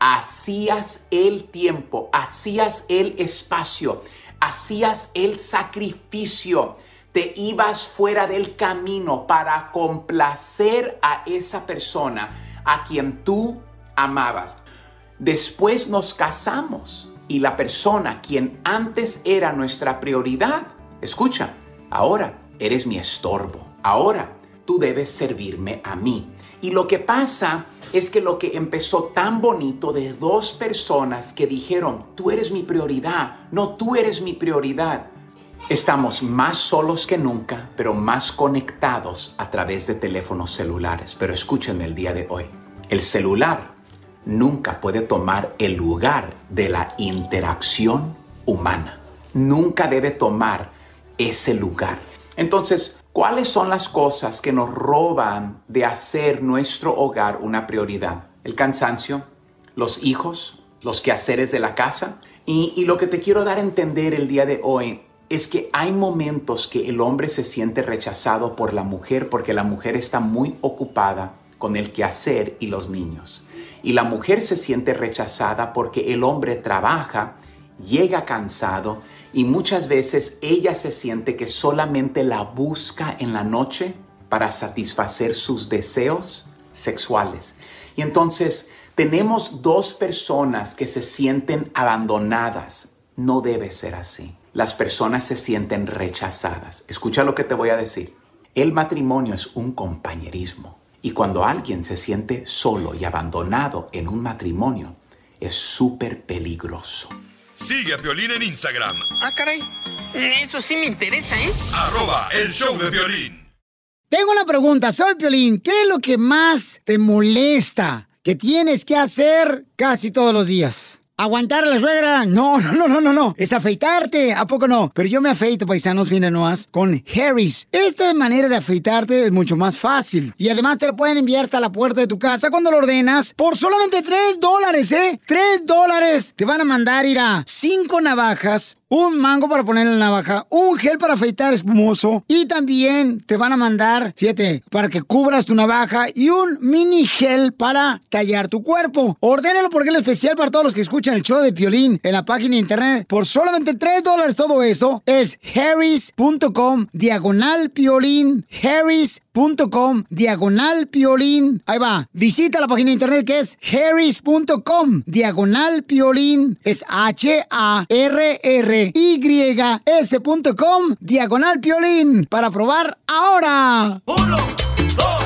Hacías el tiempo, hacías el espacio. Hacías el sacrificio, te ibas fuera del camino para complacer a esa persona a quien tú amabas. Después nos casamos y la persona quien antes era nuestra prioridad, escucha, ahora eres mi estorbo, ahora tú debes servirme a mí. Y lo que pasa es que lo que empezó tan bonito de dos personas que dijeron, tú eres mi prioridad, no, tú eres mi prioridad. Estamos más solos que nunca, pero más conectados a través de teléfonos celulares. Pero escúchenme el día de hoy, el celular nunca puede tomar el lugar de la interacción humana. Nunca debe tomar ese lugar. Entonces, ¿cuáles son las cosas que nos roban de hacer nuestro hogar una prioridad? El cansancio, los hijos, los quehaceres de la casa. Y, y lo que te quiero dar a entender el día de hoy es que hay momentos que el hombre se siente rechazado por la mujer porque la mujer está muy ocupada con el quehacer y los niños. Y la mujer se siente rechazada porque el hombre trabaja, llega cansado y muchas veces ella se siente que solamente la busca en la noche para satisfacer sus deseos sexuales. Y entonces tenemos dos personas que se sienten abandonadas. No debe ser así. Las personas se sienten rechazadas. Escucha lo que te voy a decir. El matrimonio es un compañerismo. Y cuando alguien se siente solo y abandonado en un matrimonio, es súper peligroso. Sigue a Piolín en Instagram. Ah, caray. Eso sí me interesa, ¿eh? Arroba el show de Piolín. Tengo una pregunta, soy Piolín. ¿Qué es lo que más te molesta que tienes que hacer casi todos los días? ¿Aguantar a la suegra? No, no, no, no, no, no. Es afeitarte. ¿A poco no? Pero yo me afeito, paisanos, vienen nomás, con Harry's. Esta manera de afeitarte es mucho más fácil. Y además te lo pueden enviar hasta la puerta de tu casa cuando lo ordenas por solamente tres dólares, ¿eh? tres dólares. Te van a mandar ir a cinco navajas, un mango para poner en la navaja, un gel para afeitar espumoso y también te van a mandar, fíjate, para que cubras tu navaja y un mini gel para tallar tu cuerpo. Ordénalo porque es especial para todos los que escuchan el show de Piolín en la página de internet por solamente tres dólares. Todo eso es harrys.com diagonal Piolín. Harrys.com diagonal Piolín. Ahí va. Visita la página de internet que es harrys.com diagonal Piolín. Es H A R R Y S punto com diagonal Piolín para probar ahora. Uno, dos,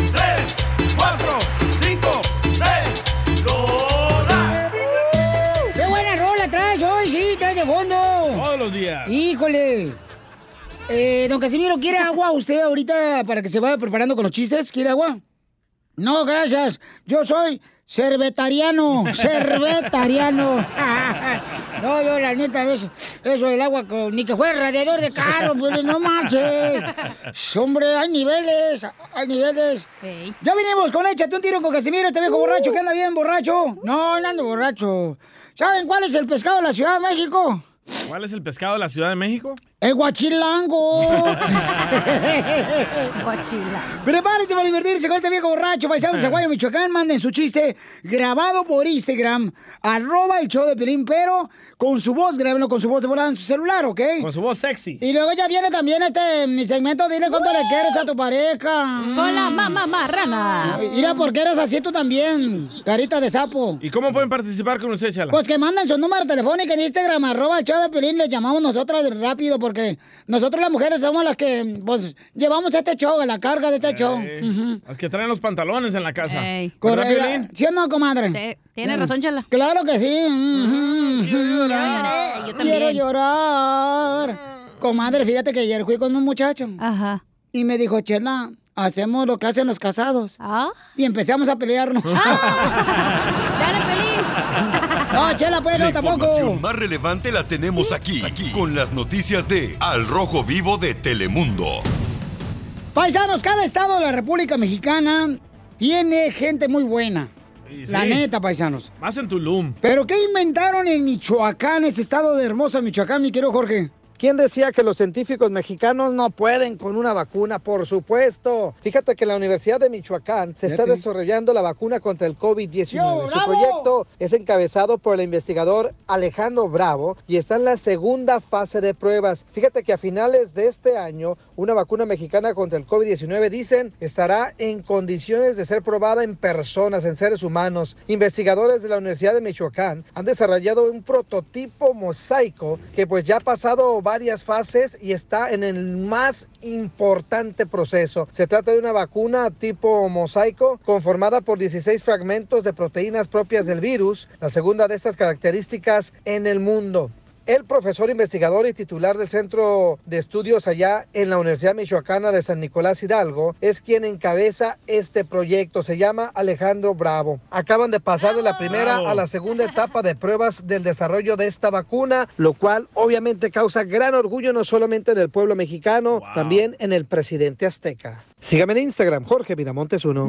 tres, cuatro, cinco, seis, ¡Lola! ¡Qué buena rola traes hoy! Sí, traes de fondo. Todos los días. Híjole. Eh, don Casimiro, ¿quiere agua usted ahorita para que se vaya preparando con los chistes? ¿Quiere agua? No, gracias. Yo soy Cervetariano, cervetariano. No, yo la neta, eso, eso del agua, con, ni que fuera radiador de carro, pues, no manches. Hombre, hay niveles, hay niveles. Hey. Ya vinimos con Échate un tiro con Casimiro, este viejo uh. borracho que anda bien borracho. No, no ando borracho. ¿Saben cuál es el pescado de la Ciudad de México? ¿Cuál es el pescado de la Ciudad de México? ¡El guachilango! Guachilango. Prepárense para divertirse con este viejo borracho, paisanos de Zaguayo, Michoacán. Manden su chiste grabado por Instagram, arroba el show de Piolín, pero con su voz, grábenlo con su voz de volada en su celular, ¿ok? Con su voz sexy. Y luego ya viene también este mi segmento, dile cuánto le quieres a tu pareja. Con la mamá marrana. Mira, ¿por qué eres así tú también? Carita de sapo. ¿Y cómo pueden participar con usted, Chala? Pues que manden su número telefónico en Instagram, arroba el show de Piolín, les llamamos nosotras rápido, porque nosotros las mujeres somos las que, pues, llevamos este show, la carga de este Ey, show. Uh-huh. Las que traen los pantalones en la casa. Correcto. ¿Sí o no, comadre? Sí, tiene razón, Chala. Claro que sí. Uh-huh. Quiero llorar. Yo también. Quiero llorar. Comadre, fíjate que ayer fui con un muchacho. Ajá. Y me dijo, Chela, hacemos lo que hacen los casados. ¿Ah? Y empezamos a pelearnos. ¡Dale, Pelín! No, Chela, pues, no, la tampoco. La información más relevante la tenemos aquí, aquí, con las noticias de Al Rojo Vivo de Telemundo. Paisanos, cada estado de la República Mexicana tiene gente muy buena. Sí, la sí. neta, paisanos. Más en Tulum. ¿Pero qué inventaron en Michoacán, ese estado de hermosa Michoacán, mi querido Jorge? ¿Quién decía que los científicos mexicanos no pueden con una vacuna? Por supuesto. Fíjate que en la Universidad de Michoacán se Fíjate. está desarrollando la vacuna contra el COVID diecinueve. ¡Yo, Su bravo! proyecto es encabezado por el investigador Alejandro Bravo y está en la segunda fase de pruebas. Fíjate que a finales de este año, una vacuna mexicana contra el COVID diecinueve, dicen, estará en condiciones de ser probada en personas, en seres humanos. Investigadores de la Universidad de Michoacán han desarrollado un prototipo mosaico que pues ya ha pasado varias fases y está en el más importante proceso. Se trata de una vacuna tipo mosaico conformada por dieciséis fragmentos de proteínas propias del virus, la segunda de estas características en el mundo. El profesor investigador y titular del Centro de Estudios allá en la Universidad Michoacana de San Nicolás Hidalgo es quien encabeza este proyecto. Se llama Alejandro Bravo. Acaban de pasar de la primera a la segunda etapa de pruebas del desarrollo de esta vacuna, lo cual obviamente causa gran orgullo no solamente en el pueblo mexicano, wow. también en el presidente azteca. Sígame en Instagram, Jorge Miramontes uno.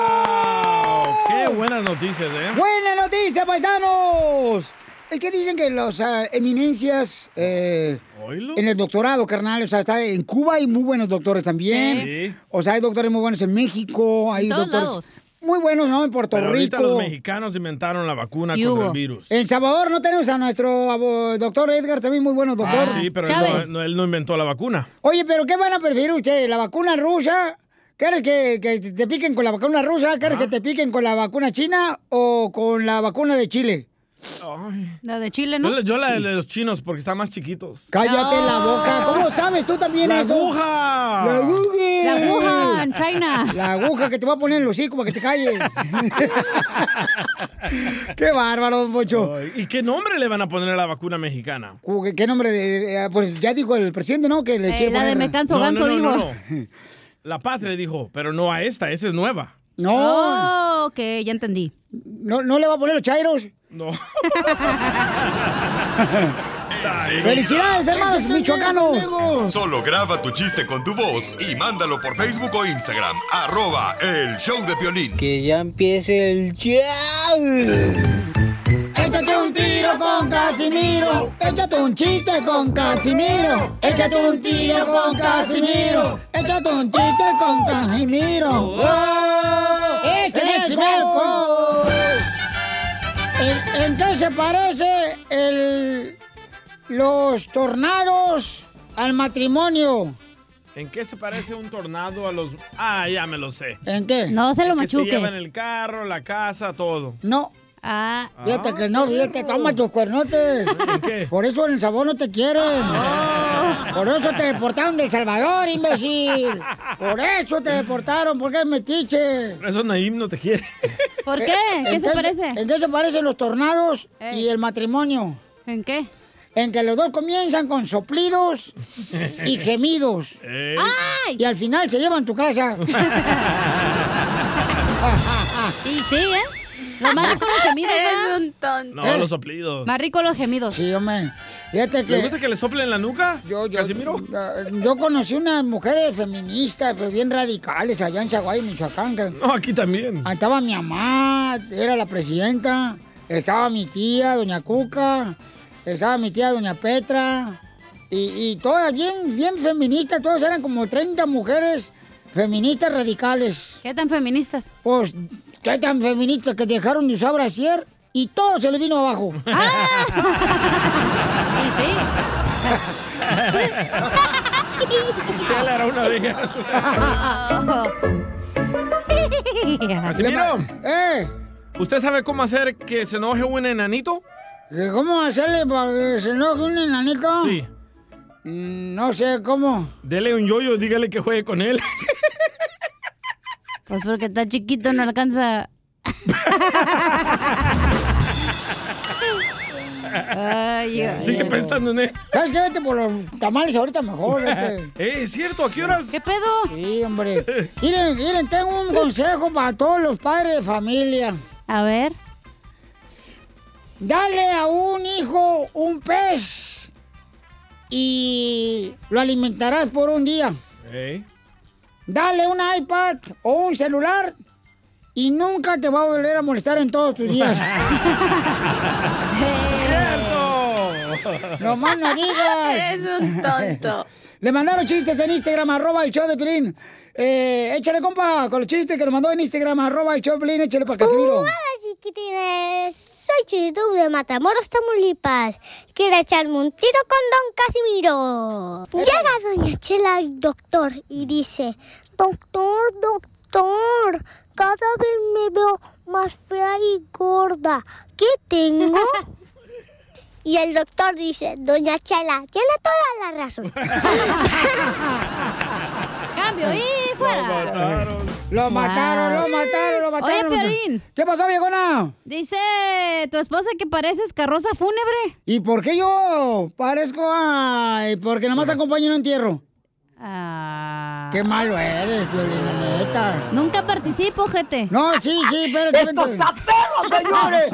¡Bravo! ¡Qué buenas noticias, eh! ¡Buena noticia, paisanos! ¿Qué dicen que las uh, eminencias eh, en el doctorado, carnal? O sea, está en Cuba hay muy buenos doctores también. Sí. O sea, hay doctores muy buenos en México, hay doctores lados. muy buenos, ¿no? En Puerto Pero Rico. Ahorita los mexicanos inventaron la vacuna contra hubo? el virus. En Salvador no tenemos a nuestro doctor Edgar, también muy bueno doctor. Ah, sí, pero él no, no, él no inventó la vacuna. Oye, ¿pero qué van a preferir ustedes? ¿La vacuna rusa? ¿Quieres que, que te piquen con la vacuna rusa? ¿Quieres que te piquen con la vacuna china o con la vacuna de Chile? Ay. La de Chile, ¿no? Yo, yo la de los chinos porque están más chiquitos. Cállate no. la boca. ¿Cómo sabes tú también la eso? Aguja. La aguja. La aguja en China. La aguja que te va a poner en el hocico para que te calles. Qué bárbaro, don Poncho. ¿Y qué nombre le van a poner a la vacuna mexicana? ¿Qué, qué nombre? De, pues ya dijo el presidente, ¿no? Que le eh, quiere la poner... de Me Canso no, Ganso, no, no, dijo. No, no. La Patria dijo, pero no a esta, esa es nueva. No. Oh, ok, ya entendí. ¿No, no le va a poner los chairos? No. ¡Felicidades, hermanos michoacanos! Solo graba tu chiste con tu voz y mándalo por Facebook o Instagram. Arroba El Show de Piolín. Que ya empiece el show. Échate un tiro con Casimiro. Échate un chiste con Casimiro. Échate un tiro con Casimiro. Échate un chiste con Casimiro. ¡Wow! ¡Échate alcohol! ¿En, ¿En qué se parece el, los tornados al matrimonio? ¿En qué se parece un tornado a los...? Ah, ya me lo sé. ¿En qué? No se lo machuques. Se llevan el carro, la casa, todo. No. Ah. Fíjate que no, fíjate, toma tus cuernotes. ¿En qué? Por eso en El Sabor no te quieren. Oh. Por eso te deportaron de El Salvador, imbécil. Por eso te deportaron, porque es metiche. Por eso Naim no te quiere. ¿Por qué? ¿Qué se parece? ¿En qué se parecen los tornados Ey. y el matrimonio? ¿En qué? En que los dos comienzan con soplidos y gemidos. Ey. ¡Ay! Y al final se llevan tu casa. Y sí, ¿eh? Lo más rico los gemidos, Eres ¿verdad? un tonto. No, los soplidos. Más rico los gemidos. Sí, hombre. Fíjate que... ¿Le gusta que le soplen la nuca? Yo, yo, Casimiro. yo conocí unas mujeres feministas, pues, bien radicales, allá en Chaguay, Michoacán. que- No, aquí también. Ahí estaba mi mamá, era la presidenta. Estaba mi tía, doña Cuca. Estaba mi tía, doña Petra. Y, y todas bien, bien feministas. Todas eran como treinta mujeres feministas radicales. ¿Qué tan feministas? Pues, ¿qué tan feministas que dejaron de usar brasier? Y todo se le vino abajo. Y sí. Chela era una de ellas. Casimiro, ¿Eh? ¿usted sabe cómo hacer que se enoje un enanito? ¿Cómo hacerle para que se enoje un enanito? Sí. Mm, No sé cómo. Dele un yoyo, dígale que juegue con él. Pues porque está chiquito, no alcanza. Ay, ay, Sigue ay. pensando en él. ¿Sabes qué? Vete por los tamales ahorita mejor. vete. Eh, es cierto, ¿a qué horas? ¿Qué pedo? Sí, hombre. Miren, miren, tengo un consejo para todos los padres de familia. A ver. Dale a un hijo un pez y lo alimentarás por un día. Ey. Dale un iPad o un celular y nunca te va a volver a molestar en todos tus días. ¡No más no digas! Eres un tonto. Le mandaron chistes en Instagram, arroba el show de Pilín. Eh, échale, compa, con los chistes que le mandó en Instagram, arroba el show de Pilín, échale para Casimiro. Hola, chiquitines. Soy Chuyito de Matamoros, Tamaulipas. Quiero echarme un tiro con don Casimiro. Llega doña Chela al doctor y dice, doctor, doctor, cada vez me veo más fea y gorda. ¿Qué tengo? Y el doctor dice, doña Chela, tiene toda la razón. Cambio y fuera. Lo mataron, lo mataron, lo mataron. Oye, Piolín. ¿Qué pasó, viejona? Dice tu esposa que pareces carroza fúnebre. ¿Y por qué yo parezco? Ay, porque nomás acompaño en un entierro. Ah. Qué malo eres, Piolín, la neta. Nunca participo, gente. No, sí, sí, espérate. ¡Esto está perro, señores!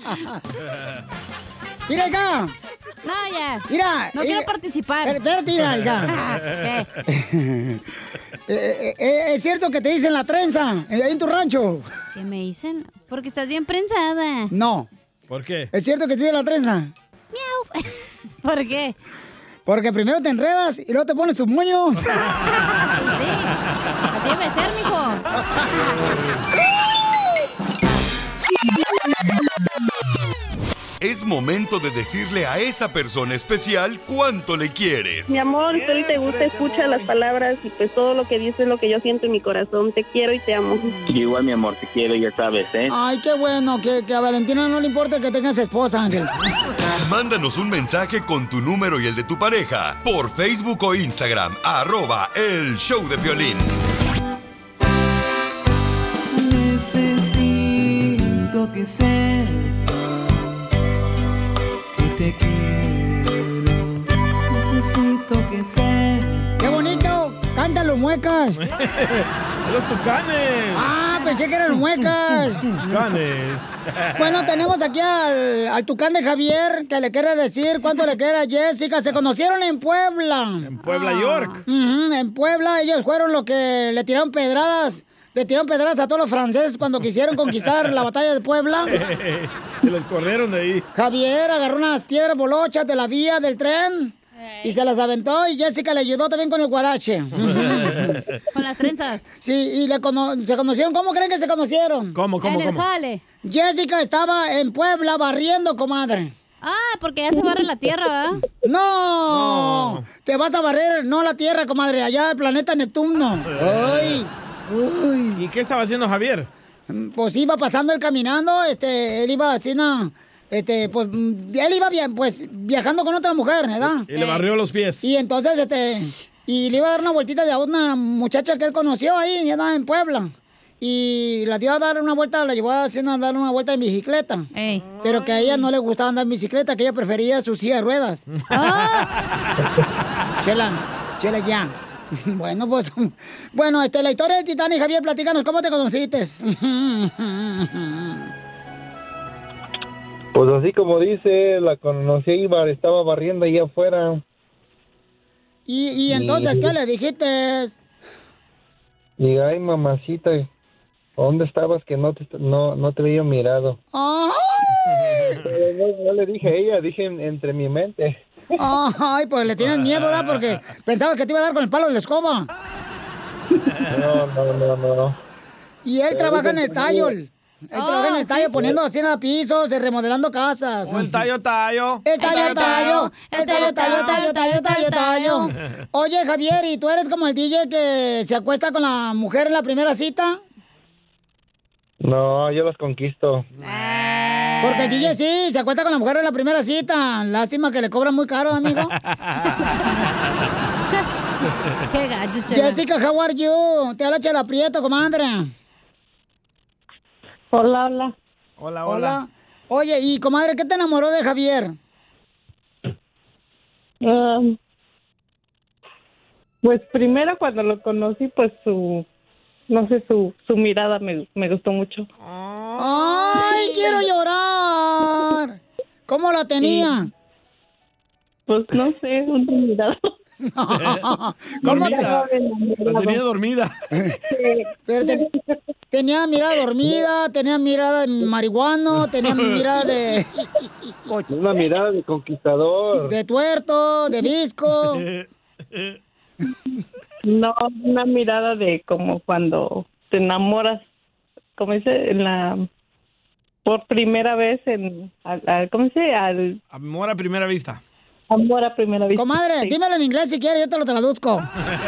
Mira acá. No, ya. Mira. No eh, quiero participar. Espérate, mira acá. ¿Qué? Eh, eh, eh, ¿Es cierto que te dicen la trenza eh, ahí en tu rancho? ¿Qué me dicen? Porque estás bien prensada. No. ¿Por qué? ¿Es cierto que te dicen la trenza? Miau. ¿Por qué? Porque primero te enredas y luego te pones tus moños. Sí. Así debe ser, mijo. Es momento de decirle a esa persona especial cuánto le quieres. Mi amor, si ahorita te gusta, escucha las palabras y pues todo lo que dices es lo que yo siento en mi corazón. Te quiero y te amo. Igual, mi amor, te quiero, ya sabes, ¿eh? Ay, qué bueno, que, que a Valentina no le importa que tengas esposa, Ángel. Mándanos un mensaje con tu número y el de tu pareja por Facebook o Instagram, arroba el show de Piolín. Necesito que sepas que te quiero. Necesito que sepas. ¡Qué bonito! ¡Canta los muecas! ¡Los tucanes! ¡Ah, pensé que eran muecas! Tucanes. Bueno, tenemos aquí al, al tucán de Javier, que le quiere decir cuánto le quiere a Jessica. Se conocieron en Puebla. En Puebla, York. Ujú, en Puebla, ellos fueron los que le tiraron pedradas. Le tiraron pedradas a todos los franceses cuando quisieron conquistar la batalla de Puebla. Se los corrieron de ahí. Javier agarró unas piedras bolochas de la vía del tren y se las aventó, y Jessica le ayudó también con el guarache. Con las trenzas. Sí, y le cono- se conocieron. ¿Cómo creen que se conocieron? ¿Cómo, cómo, En el cómo? jale. Jessica estaba en Puebla barriendo, comadre. Ah, porque ya se barre la tierra, ¿verdad? ¡No! No. Te vas a barrer, no la Tierra, comadre, allá el planeta Neptuno. ¡Ay! ¡Uy! ¿Y qué estaba haciendo Javier? Pues iba pasando él caminando, este, él iba así, no, este, pues, mm, él iba via- pues, viajando con otra mujer, ¿verdad? Y le barrió los pies. Y entonces, este, y le iba a dar una vueltita de a una muchacha que él conoció ahí, ya en Puebla. Y la dio a dar una vuelta, la llevó a, hacer una- a dar una vuelta en bicicleta. Ey. Pero que a ella no le gustaba andar en bicicleta, que ella prefería su silla de ruedas. Chela, Chela ya. Bueno, pues, bueno, este, la historia del Titanic, Javier, platícanos, ¿cómo te conociste? Pues así como dice, la conocí, iba, estaba barriendo ahí afuera. ¿Y, y entonces Y- qué le dijiste? Y ay, mamacita, ¿dónde estabas que no te, no, no te había mirado? ¡Ay! Pero no, no le dije a ella, dije en- entre mi mente. Ay, pues le tienes miedo, ¿verdad? Porque pensaba que te iba a dar con el palo de la escoba. No, no, no, no. Y él Pero trabaja en dicen el que- tallo. Él trabaja en el sí. tallo poniendo así en pisos, eh, remodelando casas. O el tallo tallo. El tallo, tallo, el tallo, tallo, tallo, tallo, tallo, tallo. Oye, Javier, ¿y tú eres como el D J que se acuesta con la mujer en la primera cita? No, yo los conquisto. Porque el D J sí, se acuesta con la mujer en la primera cita. Lástima que le cobran muy caro, amigo. Qué gacho, Chela. Jessica, how are you? Te habla Chela Prieto, comadre. Hola, hola. Hola, hola. Oye, y comadre, ¿qué te enamoró de Javier? Um, pues primero cuando lo conocí, pues su, no sé, su, su mirada me, me gustó mucho. ¡Ay, quiero llorar! ¿Cómo la tenía? Pues no sé, una mirada. ¿Cómo te- Dormida. La tenía dormida. Pero te- tenía mirada dormida, tenía mirada de marihuano, tenía mirada de, Una mirada de conquistador. de tuerto, de visco. No, una mirada de como cuando te enamoras, como dice, en la por primera vez en, al, al- ¿cómo dice? Al Amor a primera vista. amor a primera vista. Comadre, Sí. dímelo en inglés si quieres, yo te lo traduzco.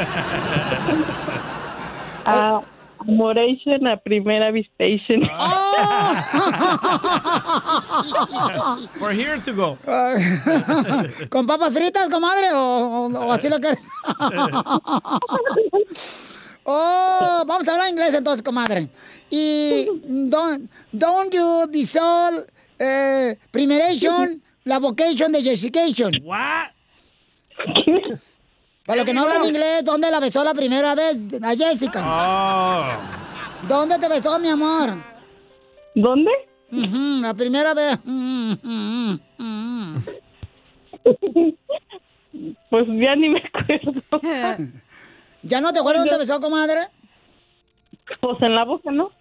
Ah, Amoration a primera vistation. For here to go. ¿Con papas fritas, comadre? ¿O, o- o así lo quieres? Oh, vamos a hablar inglés entonces, comadre. Y don't, don't you besol eh, primeration la vocation de Jessication. What? Para los que no hablan inglés, ¿dónde la besó la primera vez a Jessica? Oh. ¿Dónde te besó, mi amor? ¿Dónde? Ujú, la primera vez. Pues ya ni me acuerdo. ¿Ya no te acuerdas dónde te besó, comadre? Pues en la boca, ¿no?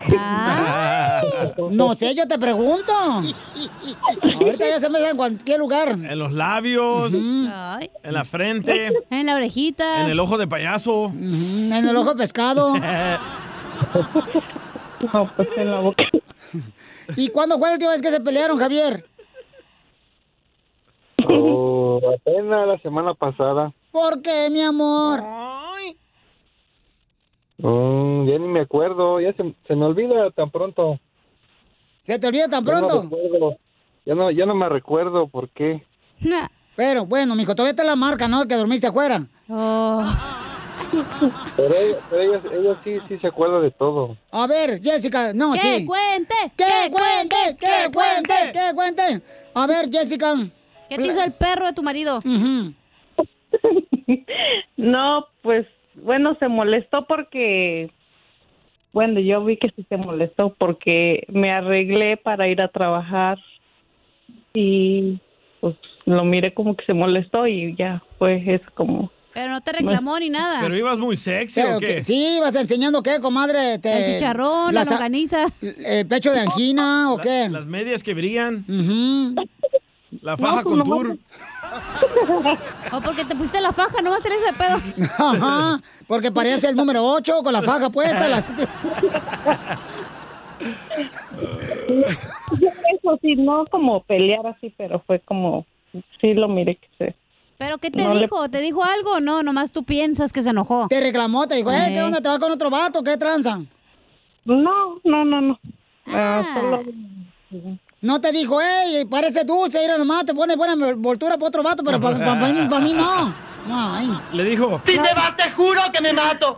No sé, yo te pregunto. Ahorita ya se me da en cualquier lugar. En los labios, Ay. en la frente, En la orejita. en el ojo de payaso. En el ojo de pescado. No, pues en la boca. ¿Y cuándo fue la última vez que se pelearon, Javier? Oh, apenas la semana pasada. ¿Por qué, mi amor? Mm, ya ni me acuerdo, ya se, se me olvida tan pronto. ¿Se te olvida tan Ya no pronto? recuerdo. Ya no, ya no me recuerdo por qué. Pero bueno, mijo, todavía te la marca, ¿no? Que dormiste afuera. Pero ella, pero ella, ella sí, sí se acuerda de todo. A ver, Jessica, no, ¡Que sí. cuente! ¡Que cuente! ¡Que cuente! ¡Que cuente! A ver, Jessica. ¿Qué te hizo el perro de tu marido? No, pues, bueno, se molestó porque, bueno, yo vi que sí se molestó porque me arreglé para ir a trabajar y pues lo miré como que se molestó y ya fue eso como... Pero no te reclamó ni nada. Pero ibas muy sexy, Pero ¿o qué? que- sí, vas enseñando qué, comadre. Te- El chicharrón, la sa- longaniza. ¿El pecho de angina o La- qué? Las medias que brillan. Ujú. La faja No, con no. tour. O porque te pusiste la faja, no va a ser ese pedo. Ajá, porque parece el número ocho con la faja puesta. la- Eso sí, no como pelear así, pero fue como, sí lo miré que se... ¿Pero qué te No le- dijo? ¿Te dijo algo o no? Nomás tú piensas que se enojó. Te reclamó, te dijo, eh, ¿qué Eh. onda? ¿Te vas con otro vato? ¿Qué tranza? No, no, no, no. Ah, solo... No te dijo, hey, parece dulce, mira nomás, te pone buena voltura para otro vato, pero para mí no. No, ay. Le dijo. Si te vas, te juro que me mato.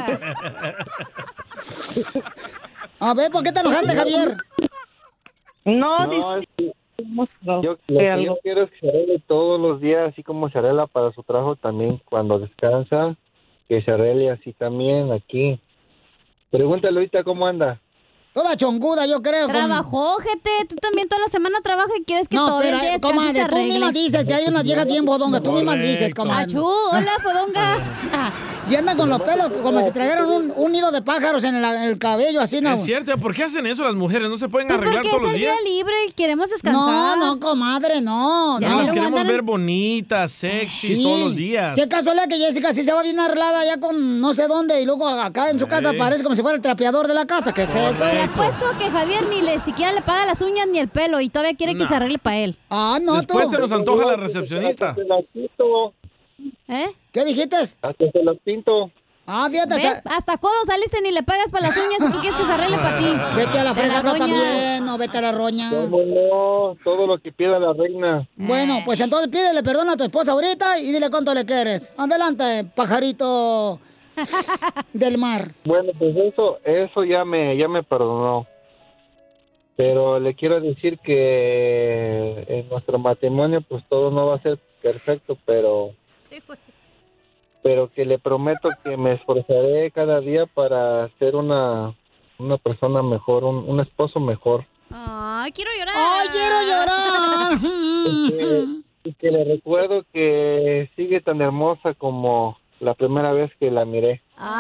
A ver, ¿por qué te enojaste, Javier? No, No, es que no, yo, de lo que algo. yo quiero es que se arregle todos los días, así como se arregla para su trabajo también cuando descansa, que se arregle así también aquí. Pregúntale ahorita cómo anda. toda chonguda, yo creo. Trabajó, gente. Tú también toda la semana trabajas y quieres que no, todo pero, el día comadre, se tú arregle. misma dices que hay unas viejas bien bodongas. Tú misma dices, comadre. Achú, hola, fodonga. Y andan con los pelos como si trajeran un, un nido de pájaros en el, en el cabello, así, ¿no? Es cierto, ¿por qué hacen eso las mujeres? ¿No se pueden Pues arreglar porque todos es los el días? día libre y queremos descansar. No, no, comadre, no. No, no. las queremos ver bonitas, sexy, Sí. todos los días. Qué casualidad que Jessica sí se va bien arreglada ya con no sé dónde y luego acá en su casa Sí. parece como si fuera el trapeador de la casa. ¿Qué es eso? Te apuesto que Javier ni le siquiera le paga las uñas ni el pelo y todavía quiere que No. se arregle para él. Ah, no, Después tú. se nos antoja la recepcionista. Se las quito. ¿Eh? ¿Qué dijiste? Hasta se las pinto. Ah, fíjate. ¿Ves? Hasta... Hasta codo saliste ni le pagas para las uñas y tú quieres que se arregle para ti. Vete a la De fregada roña. también, no, vete a la roña. ¿Cómo no? Todo lo que pida la reina. Bueno, pues entonces pídele perdón a tu esposa ahorita y dile cuánto le quieres. Adelante, pajarito del mar. Bueno, pues eso, eso ya me, ya me perdonó. Pero le quiero decir que en nuestro matrimonio pues todo no va a ser perfecto, pero pero que le prometo que me esforzaré cada día para ser una, una persona mejor, un, un esposo mejor. Ay, quiero llorar. Ay, quiero llorar. Y que, y que le recuerdo que sigue tan hermosa como la primera vez que la miré.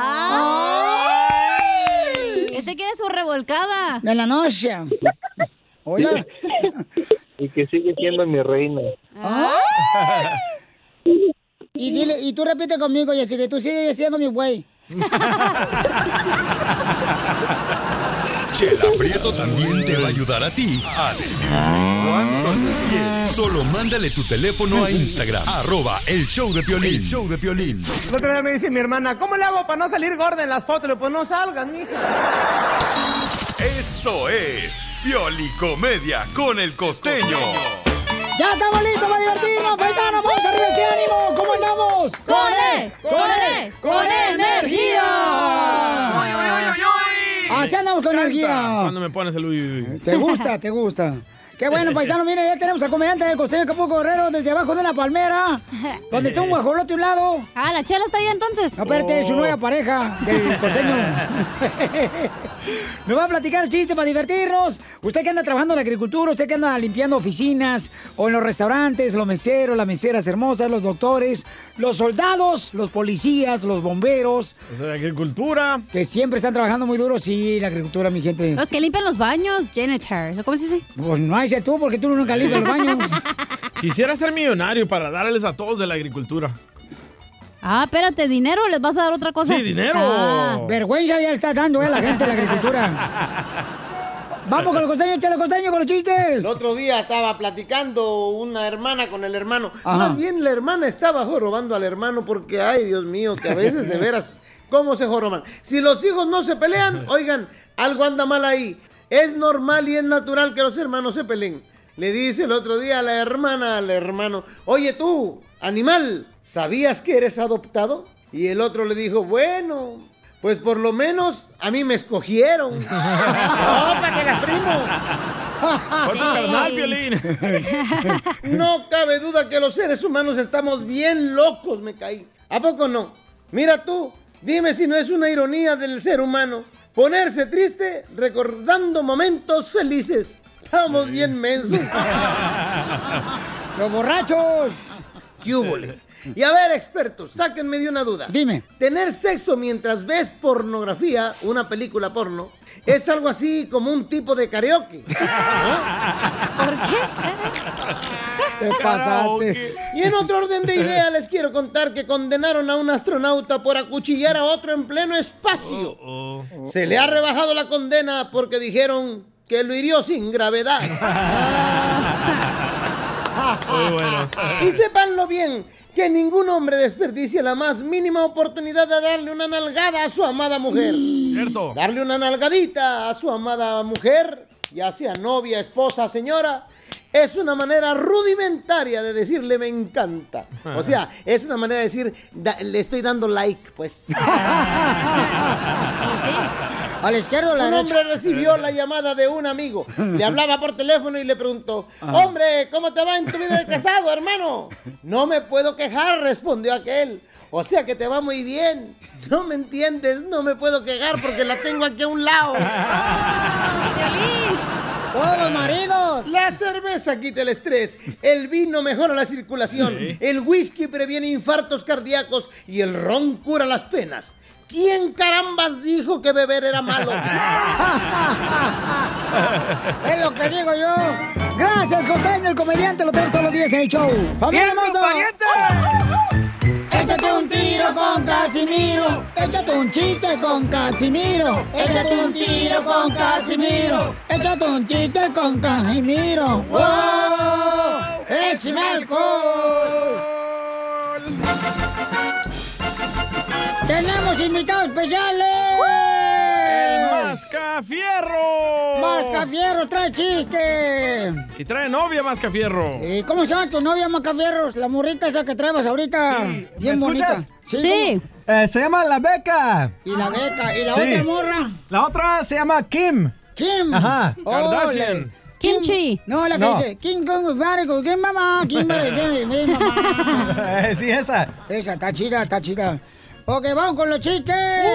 Ay. Ese quiere su revolcada. De la noche. Hola. Y que sigue siendo mi reina. Y dile, y tú repite conmigo, Jessica, que tú sigues siendo mi güey. Chela Prieto también te va a ayudar a ti a decirle cuánto le quieres. Solo mándale tu teléfono a Instagram, arroba el show de Piolín. El show de Piolín. El otro día me dice mi hermana, ¿cómo le hago para no salir gorda en las fotos? Le digo, pues no salgan, mija. Esto es Piolicomedia con el Costeño. ¡Ya estamos listos para divertirnos, paisanos! ¡Vamos arriba ese ánimo! ¿Cómo andamos? ¡Con E! ¡Con E! ¡Con energía! ¡Uy, uy, uy, uy, uy! Así andamos con energía. Cuando me pones el uy, uy, uy. ¿Te gusta? ¿Te gusta? Qué bueno, paisano, mire, ya tenemos al comediante del Costeño de Acapulco Guerrero desde abajo de una palmera, donde está un guajolote a un lado. Ah, la Chela está ahí entonces. No, espérate, es su Oh. nueva pareja del Costeño. Nos va a platicar chistes para divertirnos. Usted que anda trabajando en la agricultura, usted que anda limpiando oficinas o en los restaurantes, los meseros, las meseras hermosas, los doctores, los soldados, los policías, los bomberos. O sea, la agricultura. Que siempre están trabajando muy duro, sí, la agricultura, mi gente. Los que limpian los baños, janitors. ¿Cómo se dice? Pues no hay ser tú, porque tú nunca limpias el baño. Quisiera ser millonario para darles a todos de la agricultura. Ah, espérate, ¿dinero o les vas a dar otra cosa? Sí, dinero. Ah. Vergüenza ya está dando eh, la gente de la agricultura. Vamos con los costeños, Chela Costeño, con los chistes. El otro día estaba platicando una hermana con el hermano. Ajá. Más bien la hermana estaba jorobando al hermano porque, ay, Dios mío, que a veces de veras, ¿cómo se joroban? Si los hijos no se pelean, oigan, algo anda mal ahí. Es normal y es natural que los hermanos se peleen. Le dice el otro día a la hermana al hermano, oye tú, animal, ¿sabías que eres adoptado? Y el otro le dijo, bueno, pues por lo menos a mí me escogieron. ¡Oh, para que la primo! Otro carnal, Piolín. No cabe duda que los seres humanos estamos bien locos, me caí. ¿A poco no? Mira tú, dime si no es una ironía del ser humano. Ponerse triste recordando momentos felices. Estamos bien mensos. ¡Los borrachos! ¿Qué húbole? Y a ver, expertos, sáquenme de una duda. Dime. Tener sexo mientras ves pornografía, una película porno, es algo así como un tipo de karaoke. ¿Por qué? Te pasaste. Y en otro orden de idea les quiero contar que condenaron a un astronauta por acuchillar a otro en pleno espacio. Oh, oh. Se le ha rebajado la condena porque dijeron que lo hirió sin gravedad. Muy bueno. Y sépanlo bien, que ningún hombre desperdicie la más mínima oportunidad de darle una nalgada a su amada mujer. Cierto. Darle una nalgadita a su amada mujer, ya sea novia, esposa, señora, es una manera rudimentaria de decirle me encanta. O sea, es una manera de decir, da- le estoy dando like, pues. Y sí. ¿A la izquierda o a la Un derecha? hombre recibió la llamada de un amigo. Le hablaba por teléfono y le preguntó, hombre, ¿cómo te va en tu vida de casado, hermano? No me puedo quejar, respondió aquel. O sea que te va muy bien. No me entiendes, no me puedo quejar porque la tengo aquí a un lado. ¡Todos los maridos! La cerveza quita el estrés, el vino mejora la circulación, Sí. el whisky previene infartos cardíacos y el ron cura las penas. ¿Quién carambas dijo que beber era malo? Es lo que digo yo. Gracias, Costeño, el comediante. Lo tenemos todos los días en el show. ¡Familia hermosa! Échate un tiro con Casimiro. Échate un chiste con Casimiro. Échate un tiro con Casimiro. Échate un chiste con Casimiro. ¡Wow! ¡Échame alcohol! ¡Tenemos invitados especiales! ¡El Mascafierro! ¡Mascafierro trae chiste! Y trae novia Mascafierro. ¿Y cómo se llama tu novia, Mascafierros? La morrita esa que traes ahorita. Sí. Bien ¿Me bonita. escuchas? Sí. Eh, se llama La Beca. Y la beca. ¿Y la Sí. otra morra? La otra se llama Kim. Kim. Ajá. Kardashian. Kimchi. No, la que No. dice Kim Kong Barco. ¿Quién mamá? ¿Quién mamá? ¿Quién mamá? Eh, sí, esa. Esa, está chida, está chida. Ok, vamos con los chistes.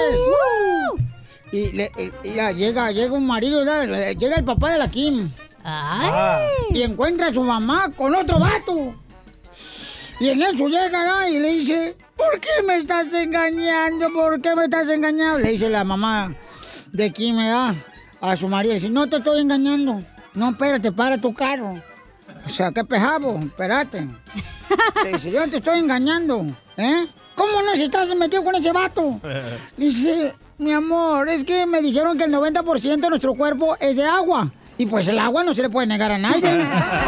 Y, le, y- y ya llega, llega un marido, ¿verdad? Llega el papá de la Kim. Ah. Y encuentra a su mamá con otro vato. Y en eso llega, ¿no? Y le dice, ¿por qué me estás engañando? ¿Por qué me estás engañando? Le dice la mamá de Kim, ¿verdad? A su marido. Le dice, no te estoy engañando. No, espérate, para tu carro. O sea, qué pejabo, espérate. Le dice, yo no te estoy engañando, ¿eh? ¿Cómo no si estás metido con ese vato? Dice, mi amor, es que me dijeron que el noventa por ciento de nuestro cuerpo es de agua. Y pues el agua no se le puede negar a nadie.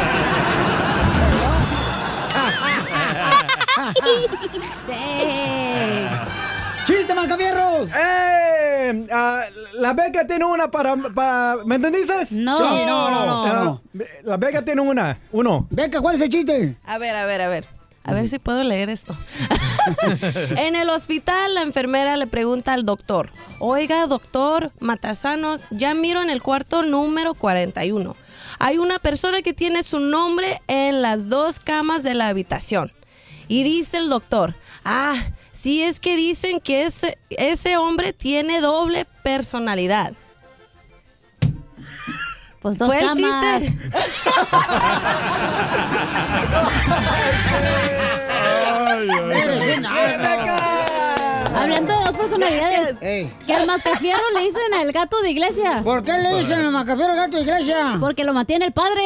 ¡Chiste, Mascafierros! ¡Eh! ah, la Beca tiene una para, para... ¿Me entendiste? No. Sí, no, no, no, Ah, no. La Beca tiene una. Uno. Beca, ¿cuál es el chiste? A ver, a ver, a ver. A ver si puedo leer esto. En el hospital, la enfermera le pregunta al doctor, oiga, doctor Matasanos, ya miro en el cuarto número cuarenta y uno. Hay una persona que tiene su nombre en las dos camas de la habitación. Y dice el doctor, ah, sí es que dicen que ese, ese hombre tiene doble personalidad. Pues dos Fue el camas. chiste. Eres un asno. Hablando de dos personalidades, Ey. que al Mascafierro le dicen al gato de iglesia. ¿Por qué le dicen al Mascafierro gato de iglesia? Porque lo mantiene el padre.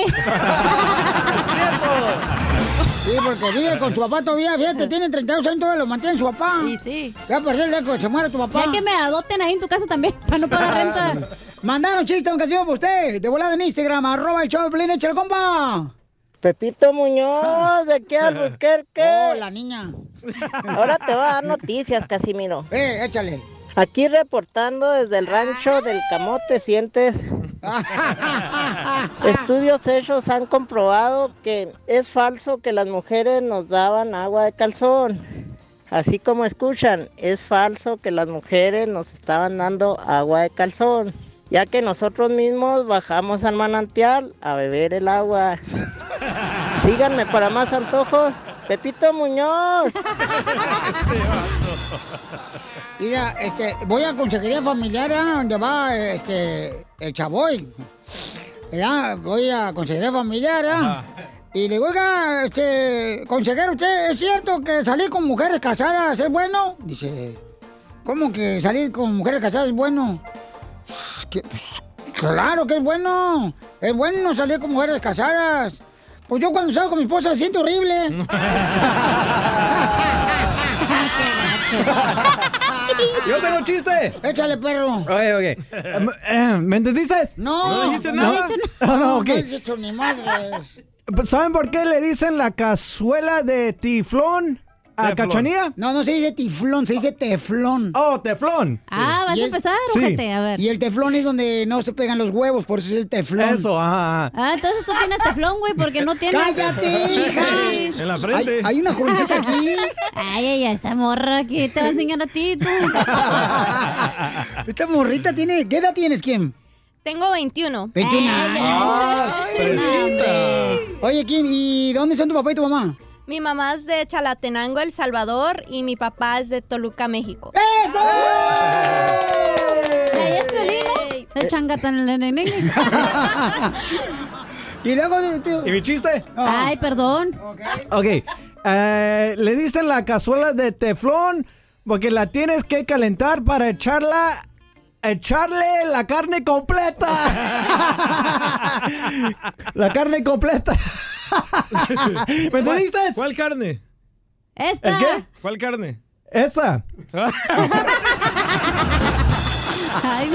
Sí, porque vive con su papá todavía, fíjate, tiene treinta y dos años, todavía lo mantiene su papá. Y sí. Ya perdió el eco, se muere tu papá. Ya que me adopten ahí en tu casa también, para no pagar renta. Mandaron chiste, un canción para usted, de volada en Instagram, arroba el show de Piolín, échale, compa. Pepito Muñoz, de aquí a Albuquerque. Oh, la niña. Ahora te voy a dar noticias, Casimiro. Eh, échale. Aquí reportando desde el rancho del Camote, ¿sientes? Estudios hechos han comprobado que es falso que las mujeres nos daban agua de calzón. Así como escuchan, es falso que las mujeres nos estaban dando agua de calzón, ya que nosotros mismos bajamos al manantial a beber el agua. Síganme para más antojos. Pepito Muñoz. Mira, este, voy a consejería familiar, ¿eh? Donde va este, el Chavoy. Ya, voy a consejería familiar, ¿eh? Y le digo, oiga, este, consejero, ¿usted es cierto que salir con mujeres casadas es bueno? Dice, ¿cómo que salir con mujeres casadas es bueno? Que, pues, claro que es bueno. Es bueno salir con mujeres casadas. Pues yo cuando salgo con mi esposa se siente horrible. Yo tengo un chiste. Échale, perro. Ok, ok. Eh, eh, ¿Me entendiste? No, no dijiste no nada. he dicho No, nada. no, ok. No he dicho ni madres. ¿Saben por qué le dicen la cazuela de tiflón? ¿A Cachanía? No, no se dice tiflón, se dice teflón. Oh, teflón. Ah, ¿vas Y a es- empezar? Sí. Ojete, a ver. Y el teflón es donde no se pegan los huevos, por eso es el teflón. Eso, ajá. Ah, entonces tú tienes teflón, güey, porque no tienes... ¡Cállate, hija! En la frente. Hay, hay una jovencita aquí. Ay, ay, ay, esta morra que te va a enseñar a ti, tú. Esta morrita tiene... ¿Qué edad tienes, Kim? Tengo veintiuno. veintiún Ay, años. ay, No, hombre. Oye, Kim, ¿y dónde son tu papá y tu mamá? Mi mamá es de Chalatenango, El Salvador, y mi papá es de Toluca, México. ¡Eso! ¿Y ahí es Piolín, no? El changatan, el nene. Y luego... ¿Y mi chiste? Ay, perdón. Ok. Eh, le dicen la cazuela de teflón porque la tienes que calentar para echarla... Echarle la carne completa. La carne completa. ¿Me entendiste? ¿Cuál carne? Esta. ¿El qué? ¿Cuál carne? Esa. Ay,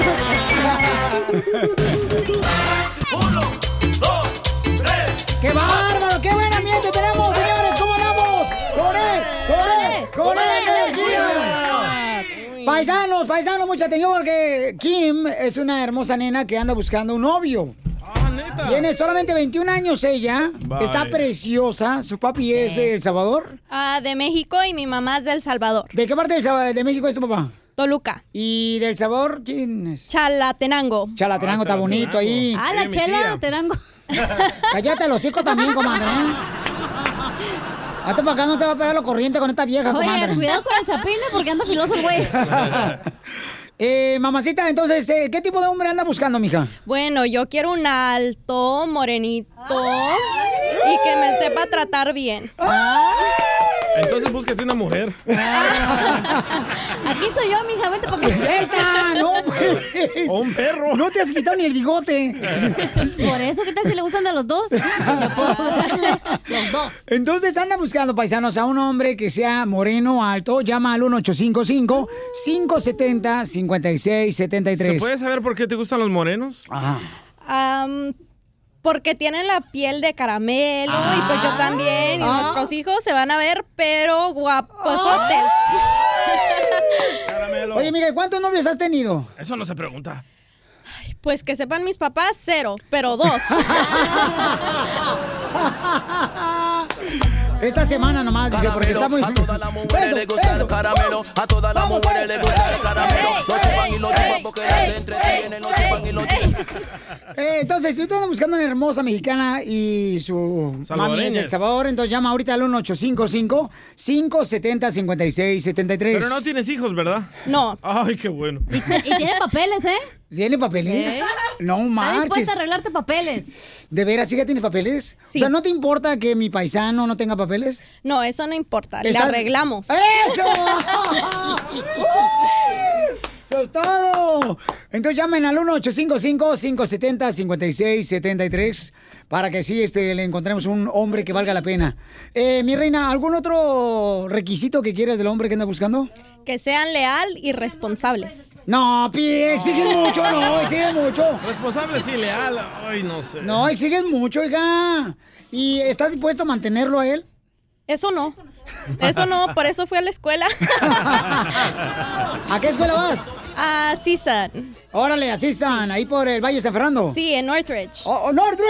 ¡Qué bárbaro! ¡Qué buen ambiente tenemos, señores! ¿Cómo andamos? ¡Con él! ¡Con él! ¡Con energía! Paisanos, paisanos, mucha atención porque Kim es una hermosa nena que anda buscando un novio. Ah, neta. Tiene solamente veintiún años ella. Bye. Está preciosa. Su papi es de El Salvador. Ah, de México y mi mamá es de El Salvador. ¿De qué parte del Salva- de México es tu papá? Toluca. ¿Y del Salvador quién es? Chalatenango. Chalatenango, está bonito ahí. Ah, la chela, Tenango. Cállate los hocico también, comadre. ¿eh? Hazte para acá, no te va a pegar lo corriente con esta vieja, Oye, comadre. cuidado con el chapín, ¿eh? Porque anda filoso el güey. eh, mamacita, entonces, eh, ¿qué tipo de hombre anda buscando, mija? Bueno, yo quiero un alto, morenito y que me sepa tratar bien. Entonces búsquete una mujer. Aquí soy yo, mija, vente para acá. ¡Neta! ¡No, pues! O un perro. No te has quitado ni el bigote. Por eso, ¿qué tal si le gustan de los dos? Yo puedo darle los dos. Entonces anda buscando, paisanos, a un hombre que sea moreno, alto. Llama al uno ocho cinco cinco, cinco siete cero, cinco seis siete ¿Se tres. puede saber por qué te gustan los morenos? Ajá. Am, porque tienen la piel de caramelo y pues yo también y Ah. nuestros hijos se van a ver pero guaposotes. Caramelo. Oye, mira, ¿cuántos novios has tenido? Eso no se pregunta. Pues que sepan mis papás, cero, pero dos. Esta semana nomás, dice, porque está muy... A todas las mujeres les gusta el caramelo. A todas las mujeres les gusta el caramelo. Lo chupan y lo chupan porque las entretienen. Lo chupan y lo chupan. Eh, entonces, si tú andas buscando una hermosa mexicana y su mami es Salvadoreñas. de El Salvador, entonces llama ahorita al uno ocho cinco cinco, cinco siete cero, cinco seis siete tres. Pero no tienes hijos, ¿verdad? No. Ay, qué bueno. Y, y tiene papeles, ¿eh? ¿Tiene papeles? ¿Eh? No Está marches. dispuesta a arreglarte papeles. ¿De veras sí que tienes papeles? Sí. O sea, ¿no te importa que mi paisano no tenga papeles? No, eso no importa, le ¿Estás- arreglamos. ¡Eso! ¡Eso es todo! Entonces llamen al uno ocho cinco cinco, cinco siete cero, cinco seis siete tres para que sí este, le encontremos un hombre que valga la pena. Eh, mi reina, ¿algún otro requisito que quieras del hombre que anda buscando? Que sean leal y responsables. No, Pi, exiges mucho, no, exiges mucho. Responsable, sí, leal. Ay, no sé. No, exiges mucho, oiga. ¿Y estás dispuesto a mantenerlo a él? Eso no. Eso no, por eso fui a la escuela. ¿A qué escuela vas? A CISAN. Órale, a CISAN, ahí por el Valle San Fernando. Sí, en Northridge. ¡Oh, oh, Northridge!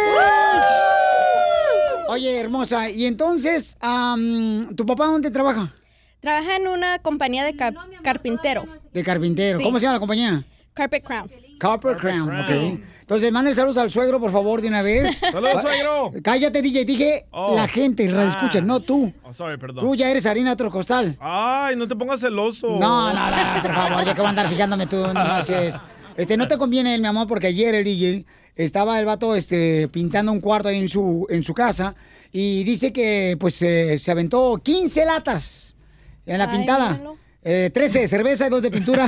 Oye, hermosa, y entonces, am, ¿tu papá dónde trabaja? Trabaja en una compañía de car- carpintero. De carpintero. Sí. ¿Cómo se llama la compañía? Carpet Crown. Carpet Crown, ok. Entonces, manden saludos al suegro, por favor, de una vez. ¡Saludos, suegro! Cállate, D J. Dije Oh. la gente, el radio escucha, no tú. Oh, sorry, perdón. Tú ya eres harina de otro costal. Ay, no te pongas celoso. No, no, no, no, por favor, ya que voy a andar fijándome tú, no marches. Este, no te conviene, mi amor, porque ayer el D J estaba el vato este, pintando un cuarto ahí en su, en su casa y dice que pues eh, se aventó quince latas en la Ay, pintada. míralo. Eh, trece de cerveza y dos de pintura.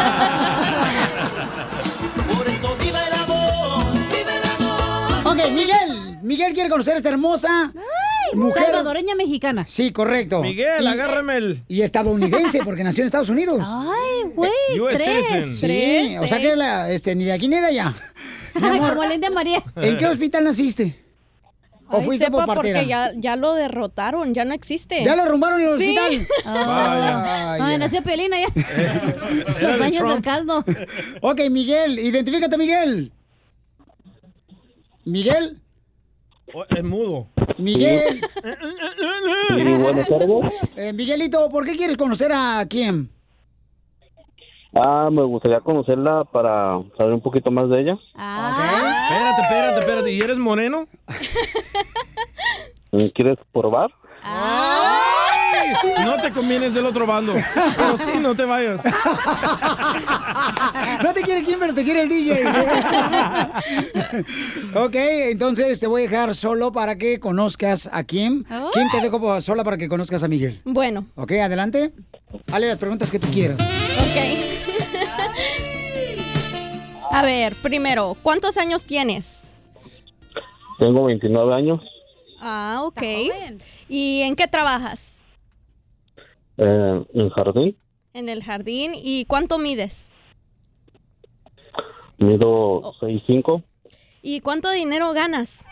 Por eso viva el amor. Viva el amor. Ok, Miguel. Miguel quiere conocer a esta hermosa mujer. Salvadoreña mexicana. Sí, correcto. Miguel, Y- agárrame el... Y estadounidense, porque nació en Estados Unidos. Ay, güey, U S tres. citizen. Sí, Tres, o sea eh. que la, este, ni de aquí ni de allá. Mi amor, Como la India María. ¿en qué hospital naciste? ¿O Ay, fuiste sepa por partera? porque ya, ya lo derrotaron, ya no existe. ¿Ya lo arrumbaron en el Sí. hospital? Ah, Ay, nació Piolín allá. Era Los de años Trump. del caldo. Ok, Miguel, identifícate, Miguel. ¿Miguel? Oh, es mudo. Miguel. Sí, buenas tardes. Eh, Miguelito, ¿por qué quieres conocer a quién? Ah, me gustaría conocerla para saber un poquito más de ella. Espérate, espérate, espérate. ¿Y eres moreno? ¿Quieres probar? Ay, no te convienes del otro bando. Pero sí, no te vayas. No te quiere quién, pero te quiere el D J. Ok, entonces te voy a dejar solo para que conozcas a quién. ¿Quién te dejo sola para que conozcas a Miguel? Bueno. Ok, adelante. Hazle las preguntas que tú quieras. Ok. A ver, primero, ¿cuántos años tienes? Tengo veintinueve años. Ah, ok. ¿Y en qué trabajas? Eh, en jardín. En el jardín. ¿Y cuánto mides? Mido seis cinco. ¿Y cuánto dinero ganas?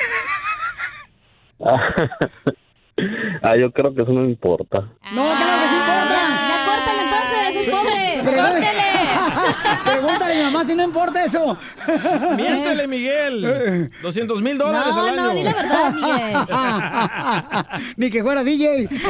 Ah, yo creo que eso no me importa. No, claro que sí importa. Ya córtale entonces, es pobre. Pregúntale. Pregúntale a mi mamá si no importa eso. Miéntele, Miguel. doscientos mil dólares al año. No, no, di la verdad, Miguel. Ni que fuera D J.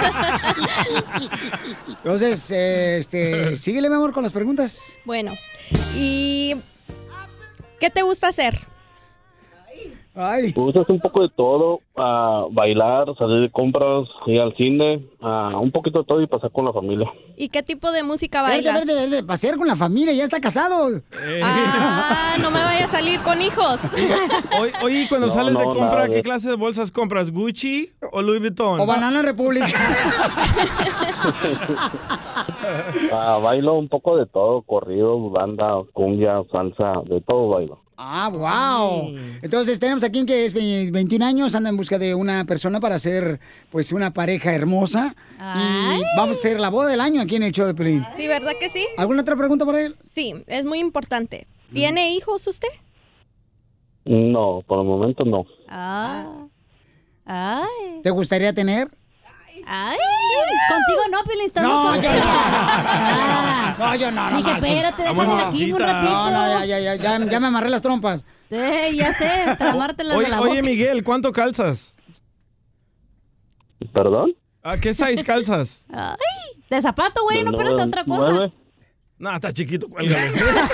Entonces, eh, este, síguele, mi amor, con las preguntas. Bueno, ¿y qué te gusta hacer? Ay. Me gusta hacer un poco de todo, ah, bailar, salir de compras, ir al cine, ah, un poquito de todo y pasar con la familia. ¿Y qué tipo de música Verde, bailas? verde, verde, pasear con la familia, ya está casado. Ah, no me vaya a salir con hijos. Oye, oye, cuando No, sales de no, compra, nada de ¿qué eso. clase de bolsas compras? ¿Gucci o Louis Vuitton? O Banana Republic. Ah, bailo un poco de todo, corrido, banda, cumbia, salsa, de todo bailo. Ah, wow. Entonces tenemos aquí un que es ve- veintiún años, anda en busca de una persona para hacer pues una pareja hermosa. Y vamos a hacer la boda del año aquí en el show de Pelín. Sí, ¿verdad que sí? ¿Alguna otra pregunta para él? Sí, es muy importante. ¿Tiene hijos usted? No, por el momento no. Ah. Ay. ¿Te gustaría tener? Ay. Contigo no, Piolín, estamos No, con yo ella. no. Ah. No, yo no, no Dije, marches. espérate, Estamos déjame aquí un jovencita. ratito. No, no, ya, ya, ya, ya, ya me amarré las trompas. Eh, ya sé, tramártelas de Oye, la oye, boca. Miguel, ¿cuánto calzas? ¿Perdón? ¿A qué size calzas? Ay, de zapato, güey, no pero es otra cosa. Nueve. No, está chiquito, cuélgale.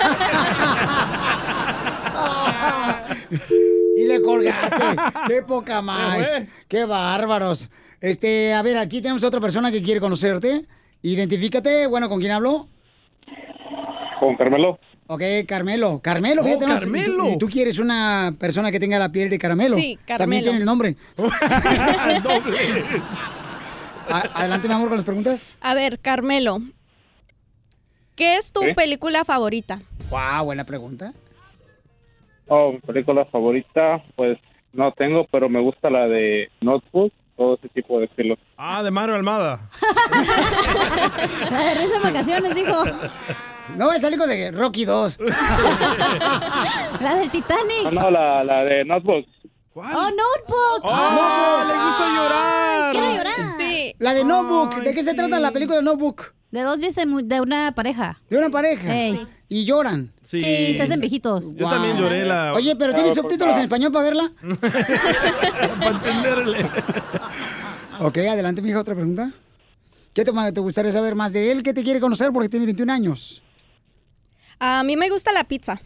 Y le colgaste. Qué poca Me más. fue. Qué bárbaros. Este, a ver, aquí tenemos otra persona que quiere conocerte. Identifícate. Bueno, ¿con quién hablo? Con Carmelo. Ok, Carmelo. Carmelo, Oh, fíjate más. Carmelo. ¿Y tú, y tú quieres una persona que tenga la piel de caramelo? Sí, Carmelo. También tiene el nombre. Doble. A- adelante, mi amor, con las preguntas. A ver, Carmelo, ¿qué es tu ¿Sí? película favorita? Wow, buena pregunta. Oh, mi película favorita, pues no tengo, pero me gusta la de Notebook, todo ese tipo de estilos. Ah, de Mario Almada. La de risa en vacaciones, dijo. No, es algo de Rocky dos. La del Titanic. No, no, la, la de Notebook. ¿Cuál? Oh, Notebook. ¡Oh, le gusta llorar! Quiero llorar. Sí. La de Notebook. Ay, ¿De qué se sí. trata la película de Notebook? De dos veces mu- de una pareja. De una pareja. Ey. Y lloran. Sí, Sí, se hacen viejitos. Yo también Wow. lloré la... Oye, pero ¿tienes Ah, subtítulos en por español para verla? para entenderle. Ok, adelante, mija, otra pregunta. ¿Qué te, te gustaría saber más de él? ¿Qué te quiere conocer? Porque tiene veintiún años. A mí me gusta la pizza.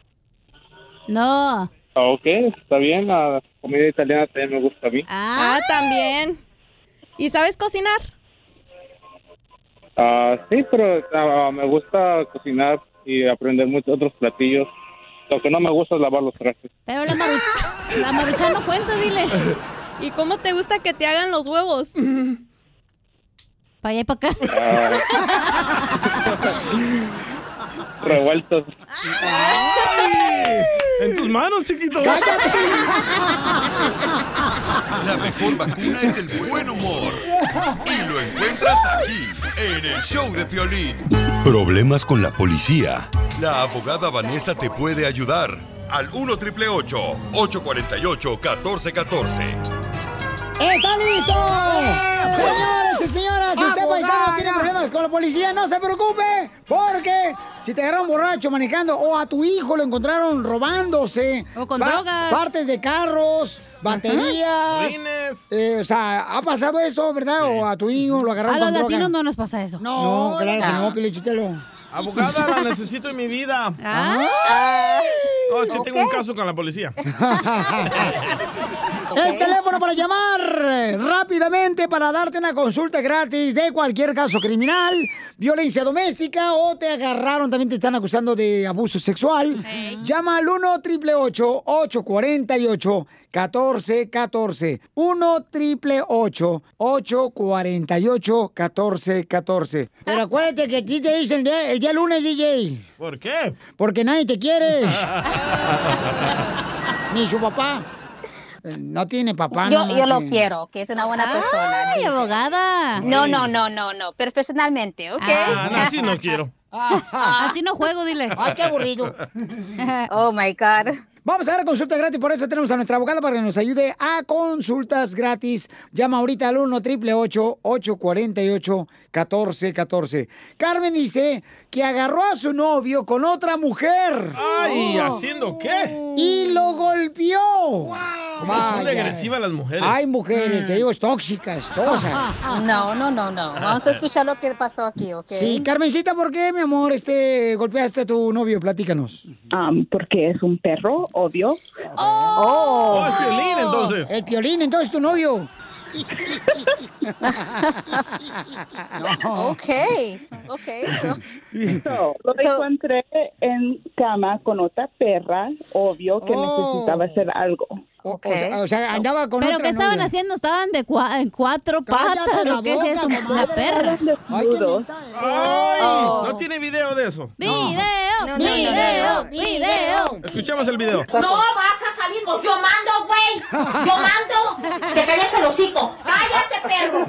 No. Ah, ok, está bien, la comida italiana también me gusta a mí. Ah, Ah, también. ¿Y sabes cocinar? Ah, sí, pero ah, me gusta cocinar y aprender muchos otros platillos. Lo que no me gusta es lavar los trastes. pero la, maru la maruchan no cuenta, dile. ¿Y cómo te gusta que te hagan los huevos? Para allá y para acá. Revueltos. ¡Ay! En tus manos, chiquito. La mejor vacuna es el buen humor. Y lo encuentras aquí, en el show de Piolín. Problemas con la policía. La abogada Vanessa te puede ayudar. al uno triple ocho, ocho cuatro ocho, uno cuatro uno cuatro. ¡Está listo! Señores y señoras, si usted paisano tiene problemas con la policía, no se preocupe, porque si te agarraron borracho manejando o a tu hijo lo encontraron robándose o con drogas, partes de carros, baterías, eh, o sea, ha pasado eso, ¿verdad? O a tu hijo lo agarraron a con los droga. latinos no nos pasa eso. No, claro que no, Pilichotelo. Abogada, la necesito en mi vida. Ah. No, es que Okay. tengo un caso con la policía. El teléfono para llamar rápidamente para darte una consulta gratis de cualquier caso criminal, violencia doméstica o te agarraron, también te están acusando de abuso sexual. Llama al uno triple ocho, ocho cuatro ocho, uno cuatro uno cuatro. uno triple ocho, ocho cuatro ocho, uno cuatro uno cuatro. Pero acuérdate que aquí te dicen el día, el día lunes, D J. ¿Por qué? Porque nadie te quiere. Ni su papá. No tiene papá. Yo, no yo lo manches. quiero, que es una buena persona. Ay, D J. abogada. No, no, no, no, no. Profesionalmente, ¿ok? Ah, no, así no quiero. Así no juego, dile. Ay, qué aburrido. Oh, my God. Vamos a dar consulta gratis, por eso tenemos a nuestra abogada para que nos ayude a consultas gratis. Llama ahorita al uno triple ocho, ocho cuatro ocho, uno cuatro uno cuatro. Carmen dice que agarró a su novio con otra mujer. Ay, ¿haciendo qué? Y lo golpeó. Son de agresivas las mujeres. Hay mujeres, te digo, tóxicas, tosas. No, no, no, no. Vamos a escuchar lo que pasó aquí, ¿ok? Sí, Carmencita, ¿por qué, mi amor, este, golpeaste a tu novio? Platícanos. Um, porque es un perro, obvio. ¡Oh! Oh, el Piolín, entonces. El Piolín, entonces, tu novio. Ok, ok. So, So, lo encontré en cama con otra perra, obvio que Oh. necesitaba hacer algo. O, o sea, o sea, andaba con ¿Pero otra qué estaban novia. haciendo? ¿Estaban de cua- en cuatro Cállate patas la o qué boca, es eso? comadre. Una perra. Ay, qué mensa. Ay, Oh. no tiene video de eso. ¡Video! No, no, ¡Video! no, no. ¡Video! Escuchemos el video. No vas a salir, pues yo mando, güey. Yo mando. Te calles el hocico. Cállate, perro.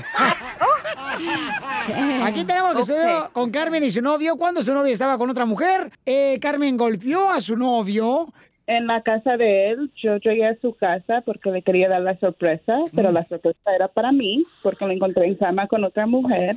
Aquí tenemos lo que sucedió con Carmen y su novio. Cuando su novio estaba con otra mujer, eh, Carmen golpeó a su novio. En la casa de él, yo llegué a su casa porque le quería dar la sorpresa, pero la sorpresa era para mí, porque lo encontré en cama con otra mujer.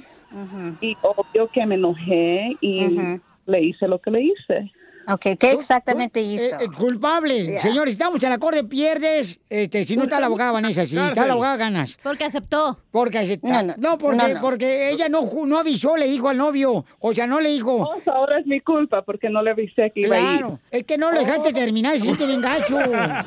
Y obvio que me enojé y Ujú. le hice lo que le hice. ok, ¿qué exactamente hizo? Eh, eh, culpable. Yeah. Señor, si estamos en la corte, pierdes. Este, si no está la abogada, Vanessa. Si está Cárcel. la abogada, ganas. Porque aceptó. Porque acepta- No, no, no. porque, No, no. porque ella no, ju- no avisó, le dijo al novio. O sea, no le dijo. Oh, so ahora es mi culpa porque no le avisé que iba a ir. Claro, es que no lo dejaste terminar, si te bien gacho.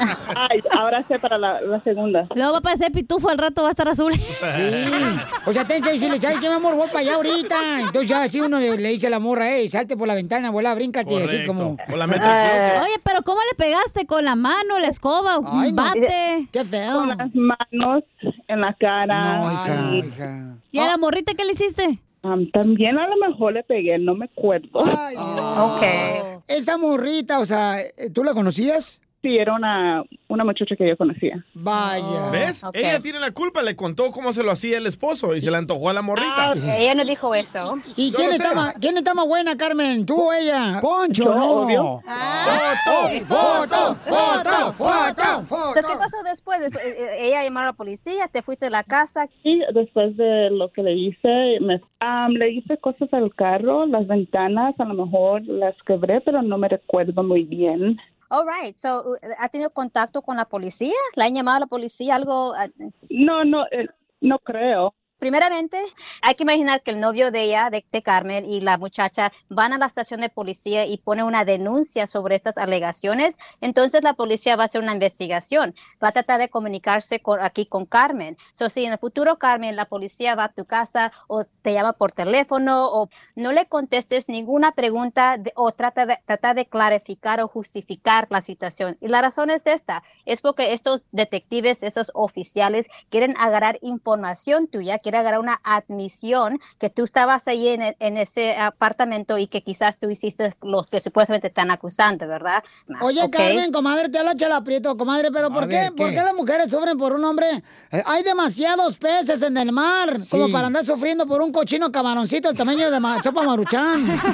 Ay, ahora sé para la, la segunda. Luego va a parecer pitufo, al rato va a estar azul. Sí. O sea, tenés que decirle, ¿sabes qué, mi amor? Voy para allá ahorita. Entonces ya así uno le, le dice a la morra, eh, salte por la ventana, vuela, bríncate, así Correcto. como. O la mete al closet. Oye, pero ¿cómo le pegaste? ¿Con la mano, la escoba, un Ay, no. bate? Qué feo. Con las manos en la cara. No, hija, y, hija. ¿Y a la morrita qué le hiciste? um, también a lo mejor le pegué, no me acuerdo. Ay, no. Ok. Esa morrita, o sea, ¿tú la conocías? Sí, era una, una muchacha que yo conocía. Vaya. ¿Ves? Ok. Ella tiene la culpa. Le contó cómo se lo hacía el esposo y se le antojó a la morrita. Ella no dijo eso. ¿Y Yo quién lo está, sé. más, quién está más buena, Carmen? ¿Tú o ella? Poncho, Yo, no. obvio. Foto, foto, foto, foto, foto. So, ¿qué pasó después? Después, eh, eh, Ella llamó a la policía, te fuiste de la casa. Y después de lo que le hice, me, um, le hice cosas al carro, las ventanas, a lo mejor las quebré, pero no me recuerdo muy bien. All right. So, uh, ¿ha tenido contacto con la policía? ¿La han llamado a la policía? Algo. uh, No, no, eh, no creo. Primeramente, hay que imaginar que el novio de ella, de, de Carmen, y la muchacha van a la estación de policía y ponen una denuncia sobre estas alegaciones. Entonces, la policía va a hacer una investigación. Va a tratar de comunicarse con, aquí con Carmen. So, si en el futuro, Carmen, la policía va a tu casa o te llama por teléfono o no le contestes ninguna pregunta de- o trata de, trata de clarificar o justificar la situación. Y la razón es esta. Es porque estos detectives, esos oficiales, quieren agarrar información tuya, quieren agarrar una admisión que tú estabas ahí en, el- en ese apartamento y que quizás tú hiciste lo que supuestamente están acusando, ¿verdad? Oye, Ok. Carmen, comadre, te habla Chela Prieto, comadre, pero ¿por A qué? ver, ¿Por ¿qué? qué las mujeres sufren por un hombre? Eh, hay demasiados peces en el mar, como para andar sufriendo por un cochino camaroncito del tamaño de ma- sopa Maruchan.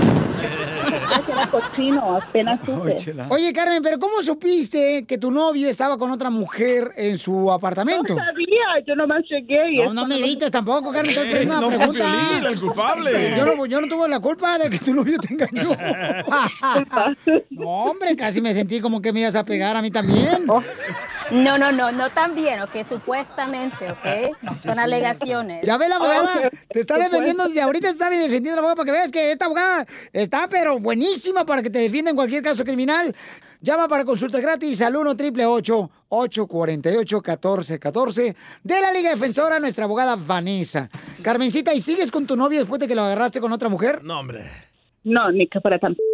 Ah, que era cochino, apenas supe. Oye, Carmen, pero ¿cómo supiste que tu novio estaba con otra mujer en su apartamento? No sabía, yo nomás llegué y... No, no me grites tampoco, Carmen, estoy haciendo una no fue pregunta. Piolín el culpable. Yo no, yo no tuve la culpa de que tu novio te engañó. No, hombre, casi me sentí como que me ibas a pegar a mí también. Oh, no, no, no, no tan bien, ¿ok? Supuestamente, ¿ok? Son alegaciones. Ya ve la abogada, Oh, te está defendiendo desde ahorita, te está defendiendo la abogada para que veas que esta abogada está pero buenísima para que te defienda en cualquier caso criminal. Llama para consulta gratis al uno triple ocho ocho cuatro ocho uno cuatro uno cuatro de la Liga Defensora, nuestra abogada Vanessa. Carmencita, ¿y sigues con tu novio después de que lo agarraste con otra mujer? No, hombre. No, ni que fuera tan...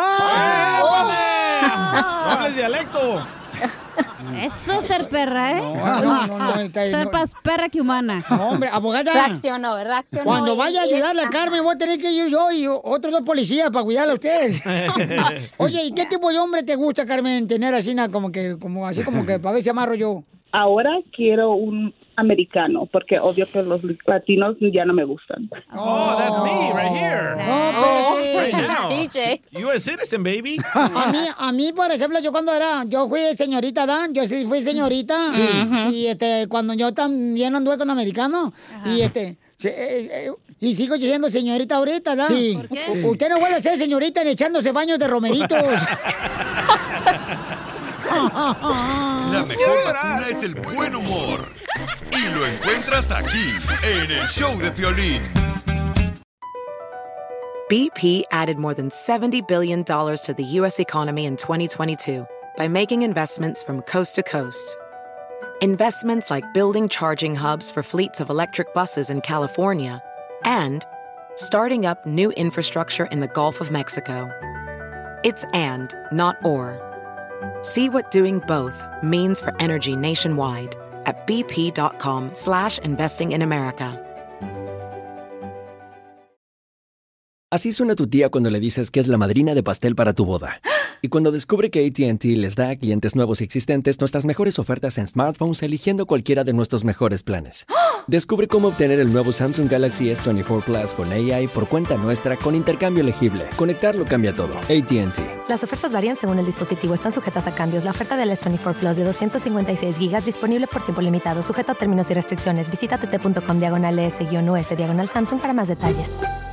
¡Ah! ¡No hables dialecto! Eso es ser perra, ¿eh? No, no, no, no, está- Ser no. más perra que humana. No, hombre, abogada. Reaccionó, reaccionó. Cuando y- vaya a ayudarle a Carmen, voy a tener que ir yo y otros dos policías para cuidarla a usted. Oye, ¿y qué tipo de hombre te gusta, Carmen, tener así, na, como que, como así como que para ver si amarro yo? Ahora quiero un americano, porque obvio que los latinos ya no me gustan. Oh, that's me right here. No, pero Right sí. now. D J. U S citizen, baby. A mí, a mí, por ejemplo, yo cuando era, yo fui señorita, Dan, yo sí fui señorita. Y este, cuando yo también anduve con americano, y este, se- eh, eh, y sigo siendo señorita ahorita, ¿da? Sí. ¿Por qué? U- Usted no vuelve a ser señorita ni echándose baños de romeritos. La mejor vacuna es el buen humor. Y lo encuentras aquí, en el show de Piolín. B P added more than seventy billion dollars to the U S economy in twenty twenty-two by making investments from coast to coast. Investments like building charging hubs for fleets of electric buses in California and starting up new infrastructure in the Gulf of Mexico. It's and, not or. See what doing both means for energy nationwide at bp.com slash investing in America. Así suena tu tía cuando le dices que es la madrina de pastel para tu boda. Y cuando descubre que A T and T les da a clientes nuevos y existentes nuestras mejores ofertas en smartphones eligiendo cualquiera de nuestros mejores planes. Descubre cómo obtener el nuevo Samsung Galaxy S veinticuatro Plus con A I por cuenta nuestra con intercambio elegible. Conectarlo cambia todo. A T and T. Las ofertas varían según el dispositivo. Están sujetas a cambios. La oferta del S veinticuatro Plus de doscientos cincuenta y seis gigas disponible por tiempo limitado. Sujeto a términos y restricciones. Visita tt.com diagonal S-U S diagonal Samsung para más detalles.